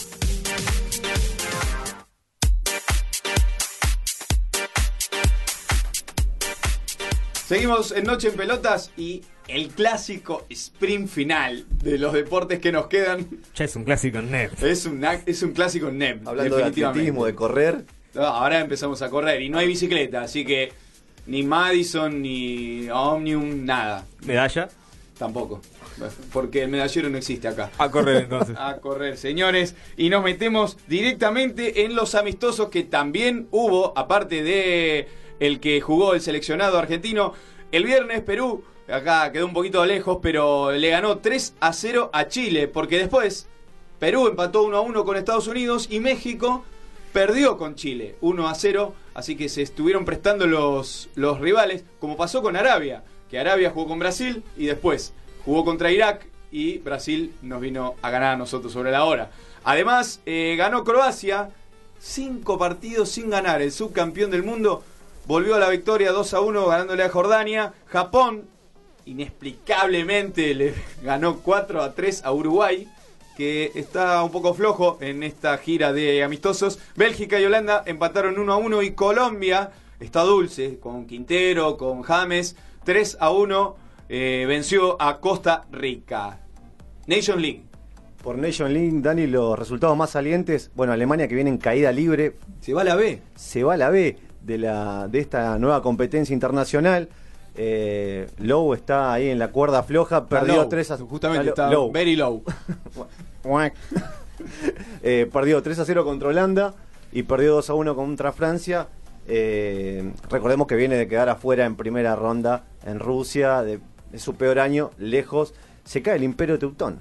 [SPEAKER 2] Seguimos en Noche en Pelotas y el clásico sprint final de los deportes que nos quedan.
[SPEAKER 3] Ya es un clásico en NEP.
[SPEAKER 2] Es un clásico en NEP.
[SPEAKER 4] Hablando de atletismo, de correr.
[SPEAKER 2] No, ahora empezamos a correr y no hay bicicleta, así que ni Madison, ni Omnium, nada.
[SPEAKER 3] ¿Medalla?
[SPEAKER 2] Tampoco, porque el medallero no existe acá.
[SPEAKER 3] A correr entonces.
[SPEAKER 2] A correr, señores. Y nos metemos directamente en los amistosos que también hubo, aparte de el que jugó el seleccionado argentino. El viernes Perú, acá quedó un poquito lejos, pero le ganó 3-0 a Chile, porque después Perú empató 1-1 con Estados Unidos y México perdió con Chile 1-0, así que se estuvieron prestando los rivales, como pasó con Arabia, que Arabia jugó con Brasil y después jugó contra Irak y Brasil nos vino a ganar a nosotros sobre la hora. Además, ganó Croacia, 5 partidos sin ganar, el subcampeón del mundo. Volvió a la victoria 2-1 ganándole a Jordania. Japón, inexplicablemente, le ganó 4-3 a Uruguay, que está un poco flojo en esta gira de amistosos. Bélgica y Holanda empataron 1-1 y Colombia está dulce, con Quintero, con James, 3-1 venció a Costa Rica. Nation League.
[SPEAKER 4] Por Nation League, Dani, los resultados más salientes. Bueno, Alemania, que viene en caída libre.
[SPEAKER 2] Se va a la B.
[SPEAKER 4] Se va a la B de esta nueva competencia internacional. Low está ahí en la cuerda floja, perdió 3-0.
[SPEAKER 2] Justamente está low. Very low.
[SPEAKER 4] Perdió 3-0 contra Holanda y perdió 2-1 contra Francia. Recordemos que viene de quedar afuera en primera ronda en Rusia, de su peor año, lejos. Se cae el Imperio Teutón.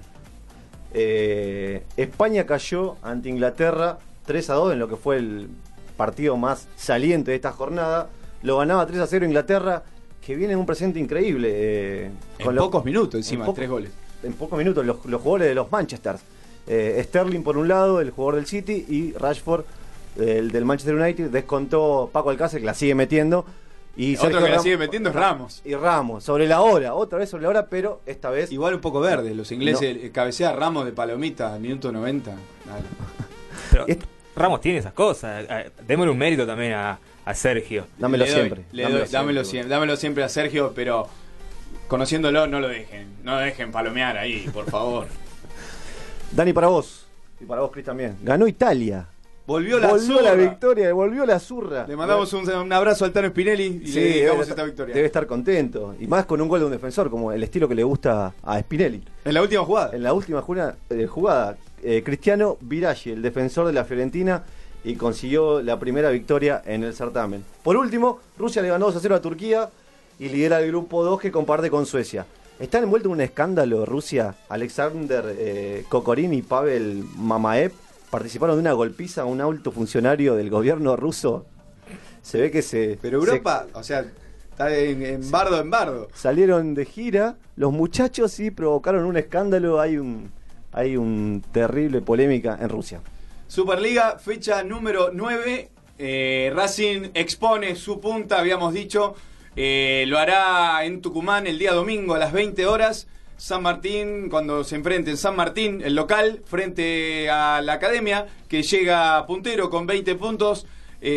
[SPEAKER 4] España cayó ante Inglaterra 3-2 en lo que fue el partido más saliente de esta jornada. Lo ganaba 3-0 Inglaterra, que viene en un presente increíble.
[SPEAKER 2] En pocos minutos, encima, 3 goles.
[SPEAKER 4] En pocos minutos, los jugadores de los Manchester. Sterling por un lado, el jugador del City, y Rashford, el del Manchester United. Descontó Paco Alcácer, que la sigue metiendo. Y
[SPEAKER 2] otro que la sigue metiendo es Ramos.
[SPEAKER 4] Y Ramos, sobre la hora, otra vez sobre la hora, pero esta vez...
[SPEAKER 2] Igual un poco verde, los ingleses, no. Cabecea Ramos de palomita, minuto 90. Dale.
[SPEAKER 3] Pero Ramos tiene esas cosas. Démosle un mérito también a Sergio.
[SPEAKER 4] Dámelo siempre.
[SPEAKER 2] Dámelo siempre a Sergio, pero conociéndolo no lo dejen palomear ahí, por favor.
[SPEAKER 4] Dani, para vos, y para vos, Cris, también. Ganó Italia
[SPEAKER 2] Volvió la
[SPEAKER 4] victoria, volvió la zurra.
[SPEAKER 2] Le mandamos un abrazo al Tano Spinelli y le dedicamos esta victoria.
[SPEAKER 4] Debe estar contento. Y más con un gol de un defensor, como el estilo que le gusta a Spinelli.
[SPEAKER 2] En la última jugada.
[SPEAKER 4] En la última jugada, Cristiano Viraghi, el defensor de la Fiorentina, y consiguió la primera victoria en el certamen. Por último, Rusia le ganó 2-0 a Turquía y lidera el grupo 2 que comparte con Suecia. Están envueltos en un escándalo Rusia. Alexander Kokorin y Pavel Mamaev participaron de una golpiza a un alto funcionario del gobierno ruso. Se ve que
[SPEAKER 2] Pero Europa, o sea, está en bardo.
[SPEAKER 4] Salieron de gira los muchachos y provocaron un escándalo. Hay un terrible polémica en Rusia.
[SPEAKER 2] Superliga, fecha número 9. Racing expone su punta, habíamos dicho. Lo hará en Tucumán el día domingo a las 20 horas. San Martín, cuando se enfrenten San Martín, el local, frente a la Academia, que llega puntero con 20 puntos.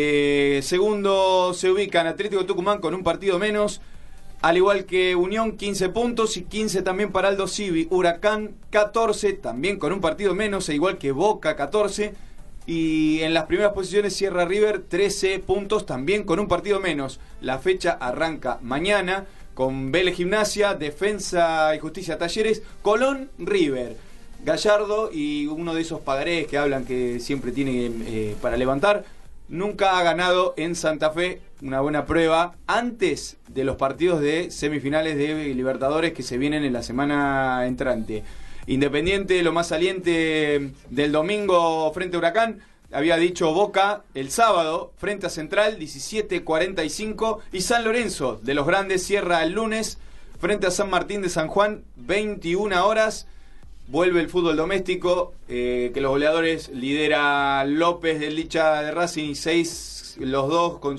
[SPEAKER 2] Segundo se ubican Atlético Tucumán con un partido menos, al igual que Unión, 15 puntos y 15 también para Aldo Civi. Huracán, 14, también con un partido menos, e igual que Boca, 14. Y en las primeras posiciones cierra River, 13 puntos, también con un partido menos. La fecha arranca mañana con Vélez Gimnasia, Defensa y Justicia Talleres, Colón, River. Gallardo, y uno de esos pagarés que hablan que siempre tiene para levantar, nunca ha ganado en Santa Fe, una buena prueba antes de los partidos de semifinales de Libertadores que se vienen en la semana entrante. Independiente, lo más saliente del domingo frente a Huracán, había dicho Boca el sábado frente a Central, 17:45, y San Lorenzo de los Grandes cierra el lunes frente a San Martín de San Juan, 21 horas. Vuelve el fútbol doméstico, que los goleadores lidera López del Licha de Racing, los dos con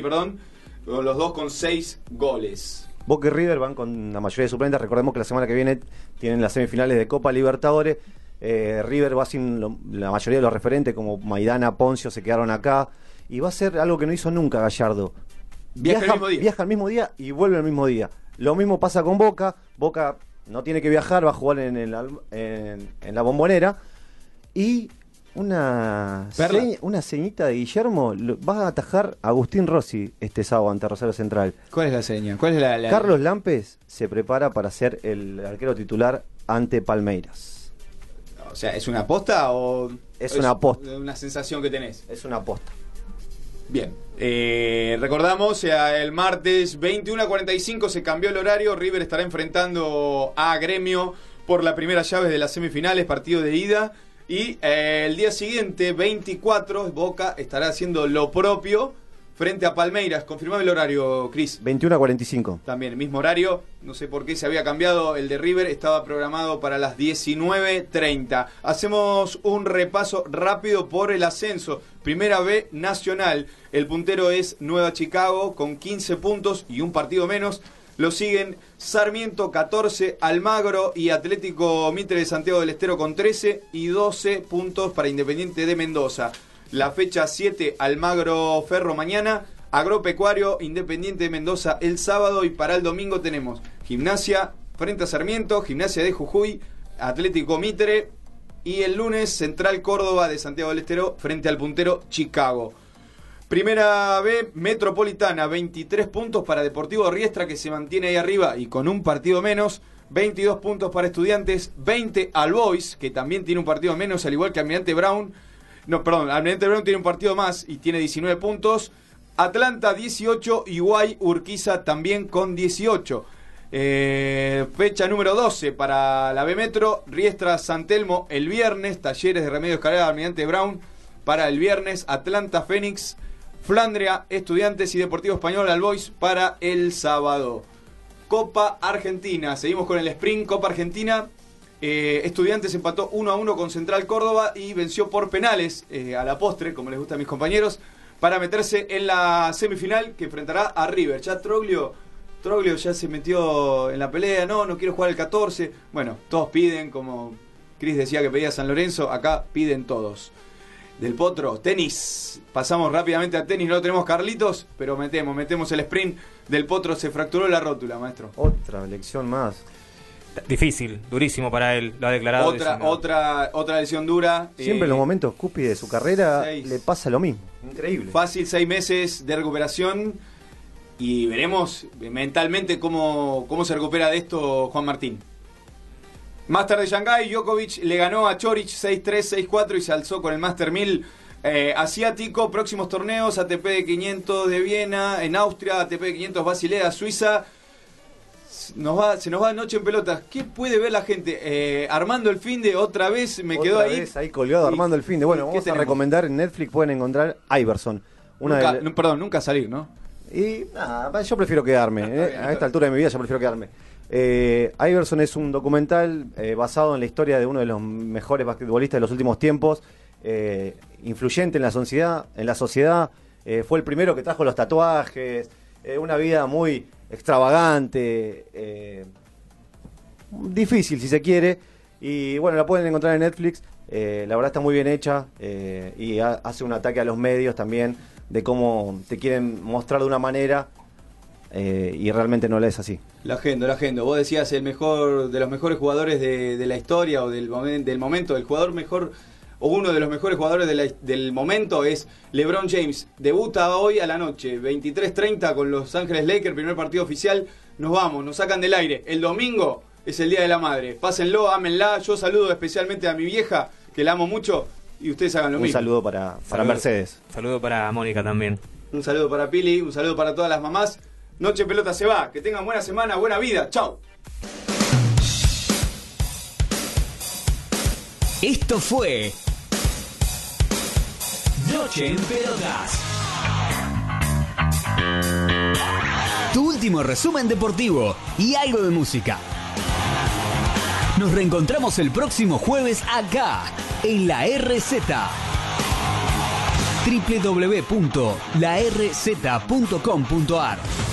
[SPEAKER 2] 6 goles.
[SPEAKER 4] Boca y River van con la mayoría de suplentes. Recordemos que la semana que viene tienen las semifinales de Copa Libertadores. River va sin la mayoría de los referentes, como Maidana, Poncio, se quedaron acá. Y va a ser algo que no hizo nunca Gallardo. Viaja al mismo día y vuelve al mismo día. Lo mismo pasa con Boca. Boca no tiene que viajar, va a jugar en la Bombonera. Y una ceñita de Guillermo, va a atajar a Agustín Rossi este sábado ante Rosario Central.
[SPEAKER 2] ¿Cuál es la seña? ¿Cuál es la...
[SPEAKER 4] Carlos Lampes se prepara para ser el arquero titular ante Palmeiras.
[SPEAKER 2] O sea, ¿es una aposta o...?
[SPEAKER 4] Es una aposta.
[SPEAKER 2] Una sensación que tenés.
[SPEAKER 4] Es una aposta.
[SPEAKER 2] Bien, recordamos, el martes 21:45 se cambió el horario. River estará enfrentando a Gremio por la primera llave de las semifinales, partido de ida. Y el día siguiente, 24, Boca estará haciendo lo propio frente a Palmeiras. Confirmame el horario, Cris.
[SPEAKER 4] 21:45.
[SPEAKER 2] También, el mismo horario. No sé por qué se había cambiado. El de River estaba programado para las 19:30. Hacemos un repaso rápido por el ascenso. Primera B Nacional. El puntero es Nueva Chicago con 15 puntos y un partido menos. Lo siguen Sarmiento, 14, Almagro y Atlético Mitre de Santiago del Estero con 13 y 12 puntos para Independiente de Mendoza. La fecha 7, Almagro Ferro mañana, Agropecuario Independiente de Mendoza el sábado, y para el domingo tenemos Gimnasia frente a Sarmiento, Gimnasia de Jujuy, Atlético Mitre, y el lunes Central Córdoba de Santiago del Estero frente al puntero Chicago. Primera B Metropolitana, 23 puntos para Deportivo Riestra, que se mantiene ahí arriba y con un partido menos. 22 puntos para Estudiantes, 20 al Boys, que también tiene un partido menos, al igual que Almirante Brown. Almirante Brown tiene un partido más y tiene 19 puntos. Atlanta 18 y Guay Urquiza también con 18. Fecha número 12 para la B Metro, Riestra San Telmo el viernes, Talleres de Remedios Escalera, Almirante Brown para el viernes, Atlanta Fénix, Flandria, Estudiantes y Deportivo Español al Boys para el sábado. Copa Argentina, seguimos con el sprint. Copa Argentina, Estudiantes empató 1-1 con Central Córdoba y venció por penales a la postre, como les gusta a mis compañeros, para meterse en la semifinal que enfrentará a River. Ya Troglio ya se metió en la pelea, no quiero jugar el 14. Bueno, todos piden, como Cris decía que pedía San Lorenzo, acá piden todos. Del Potro, tenis. Pasamos rápidamente a tenis, no tenemos Carlitos, pero metemos el sprint. Del Potro se fracturó la rótula, maestro.
[SPEAKER 4] Otra lección más.
[SPEAKER 3] Difícil, durísimo para él, lo ha declarado.
[SPEAKER 2] Otra lesión dura.
[SPEAKER 4] Siempre en los momentos cúspides de su carrera
[SPEAKER 2] 6.
[SPEAKER 4] le pasa lo mismo. Increíble.
[SPEAKER 2] Fácil 6 meses de recuperación y veremos mentalmente cómo se recupera de esto Juan Martín. Master de Shanghái, Djokovic le ganó a Chorich 6-3, 6-4 y se alzó con el Master 1000 asiático. Próximos torneos, ATP de 500 de Viena, en Austria, ATP de 500 Basilea, Suiza. Se nos va Noche en Pelotas. ¿Qué puede ver la gente? Armando el Finde, otra vez me quedó ahí.
[SPEAKER 4] Vez ahí colgado Armando el Finde. Bueno, vamos a recomendar en Netflix, pueden encontrar Iverson.
[SPEAKER 2] Nunca salir, ¿no?
[SPEAKER 4] Y nada, yo prefiero quedarme. A esta altura de mi vida yo prefiero quedarme. Iverson es un documental basado en la historia de uno de los mejores basquetbolistas de los últimos tiempos, influyente en la sociedad, fue el primero que trajo los tatuajes, una vida muy extravagante, difícil si se quiere, y bueno, la pueden encontrar en Netflix. La verdad está muy bien hecha, y hace un ataque a los medios también de cómo te quieren mostrar de una manera y realmente no lo es así.
[SPEAKER 2] La agenda. Vos decías el mejor de los mejores jugadores de la historia o del momento, el jugador mejor o uno de los mejores jugadores del momento es LeBron James. Debuta hoy a la noche, 23:30 con Los Ángeles Lakers, primer partido oficial. Nos vamos, nos sacan del aire. El domingo es el Día de la Madre. Pásenlo, ámenla. Yo saludo especialmente a mi vieja, que la amo mucho, y ustedes hagan lo mismo.
[SPEAKER 4] Un saludo para Mercedes.
[SPEAKER 3] Un saludo para Mónica también.
[SPEAKER 2] Un saludo para Pili, un saludo para todas las mamás. Noche en Pelota se va. Que tengan buena semana, buena vida. Chau.
[SPEAKER 1] Esto fue Noche en Pelotas. Tu último resumen deportivo y algo de música. Nos reencontramos el próximo jueves acá, en la RZ. www.larz.com.ar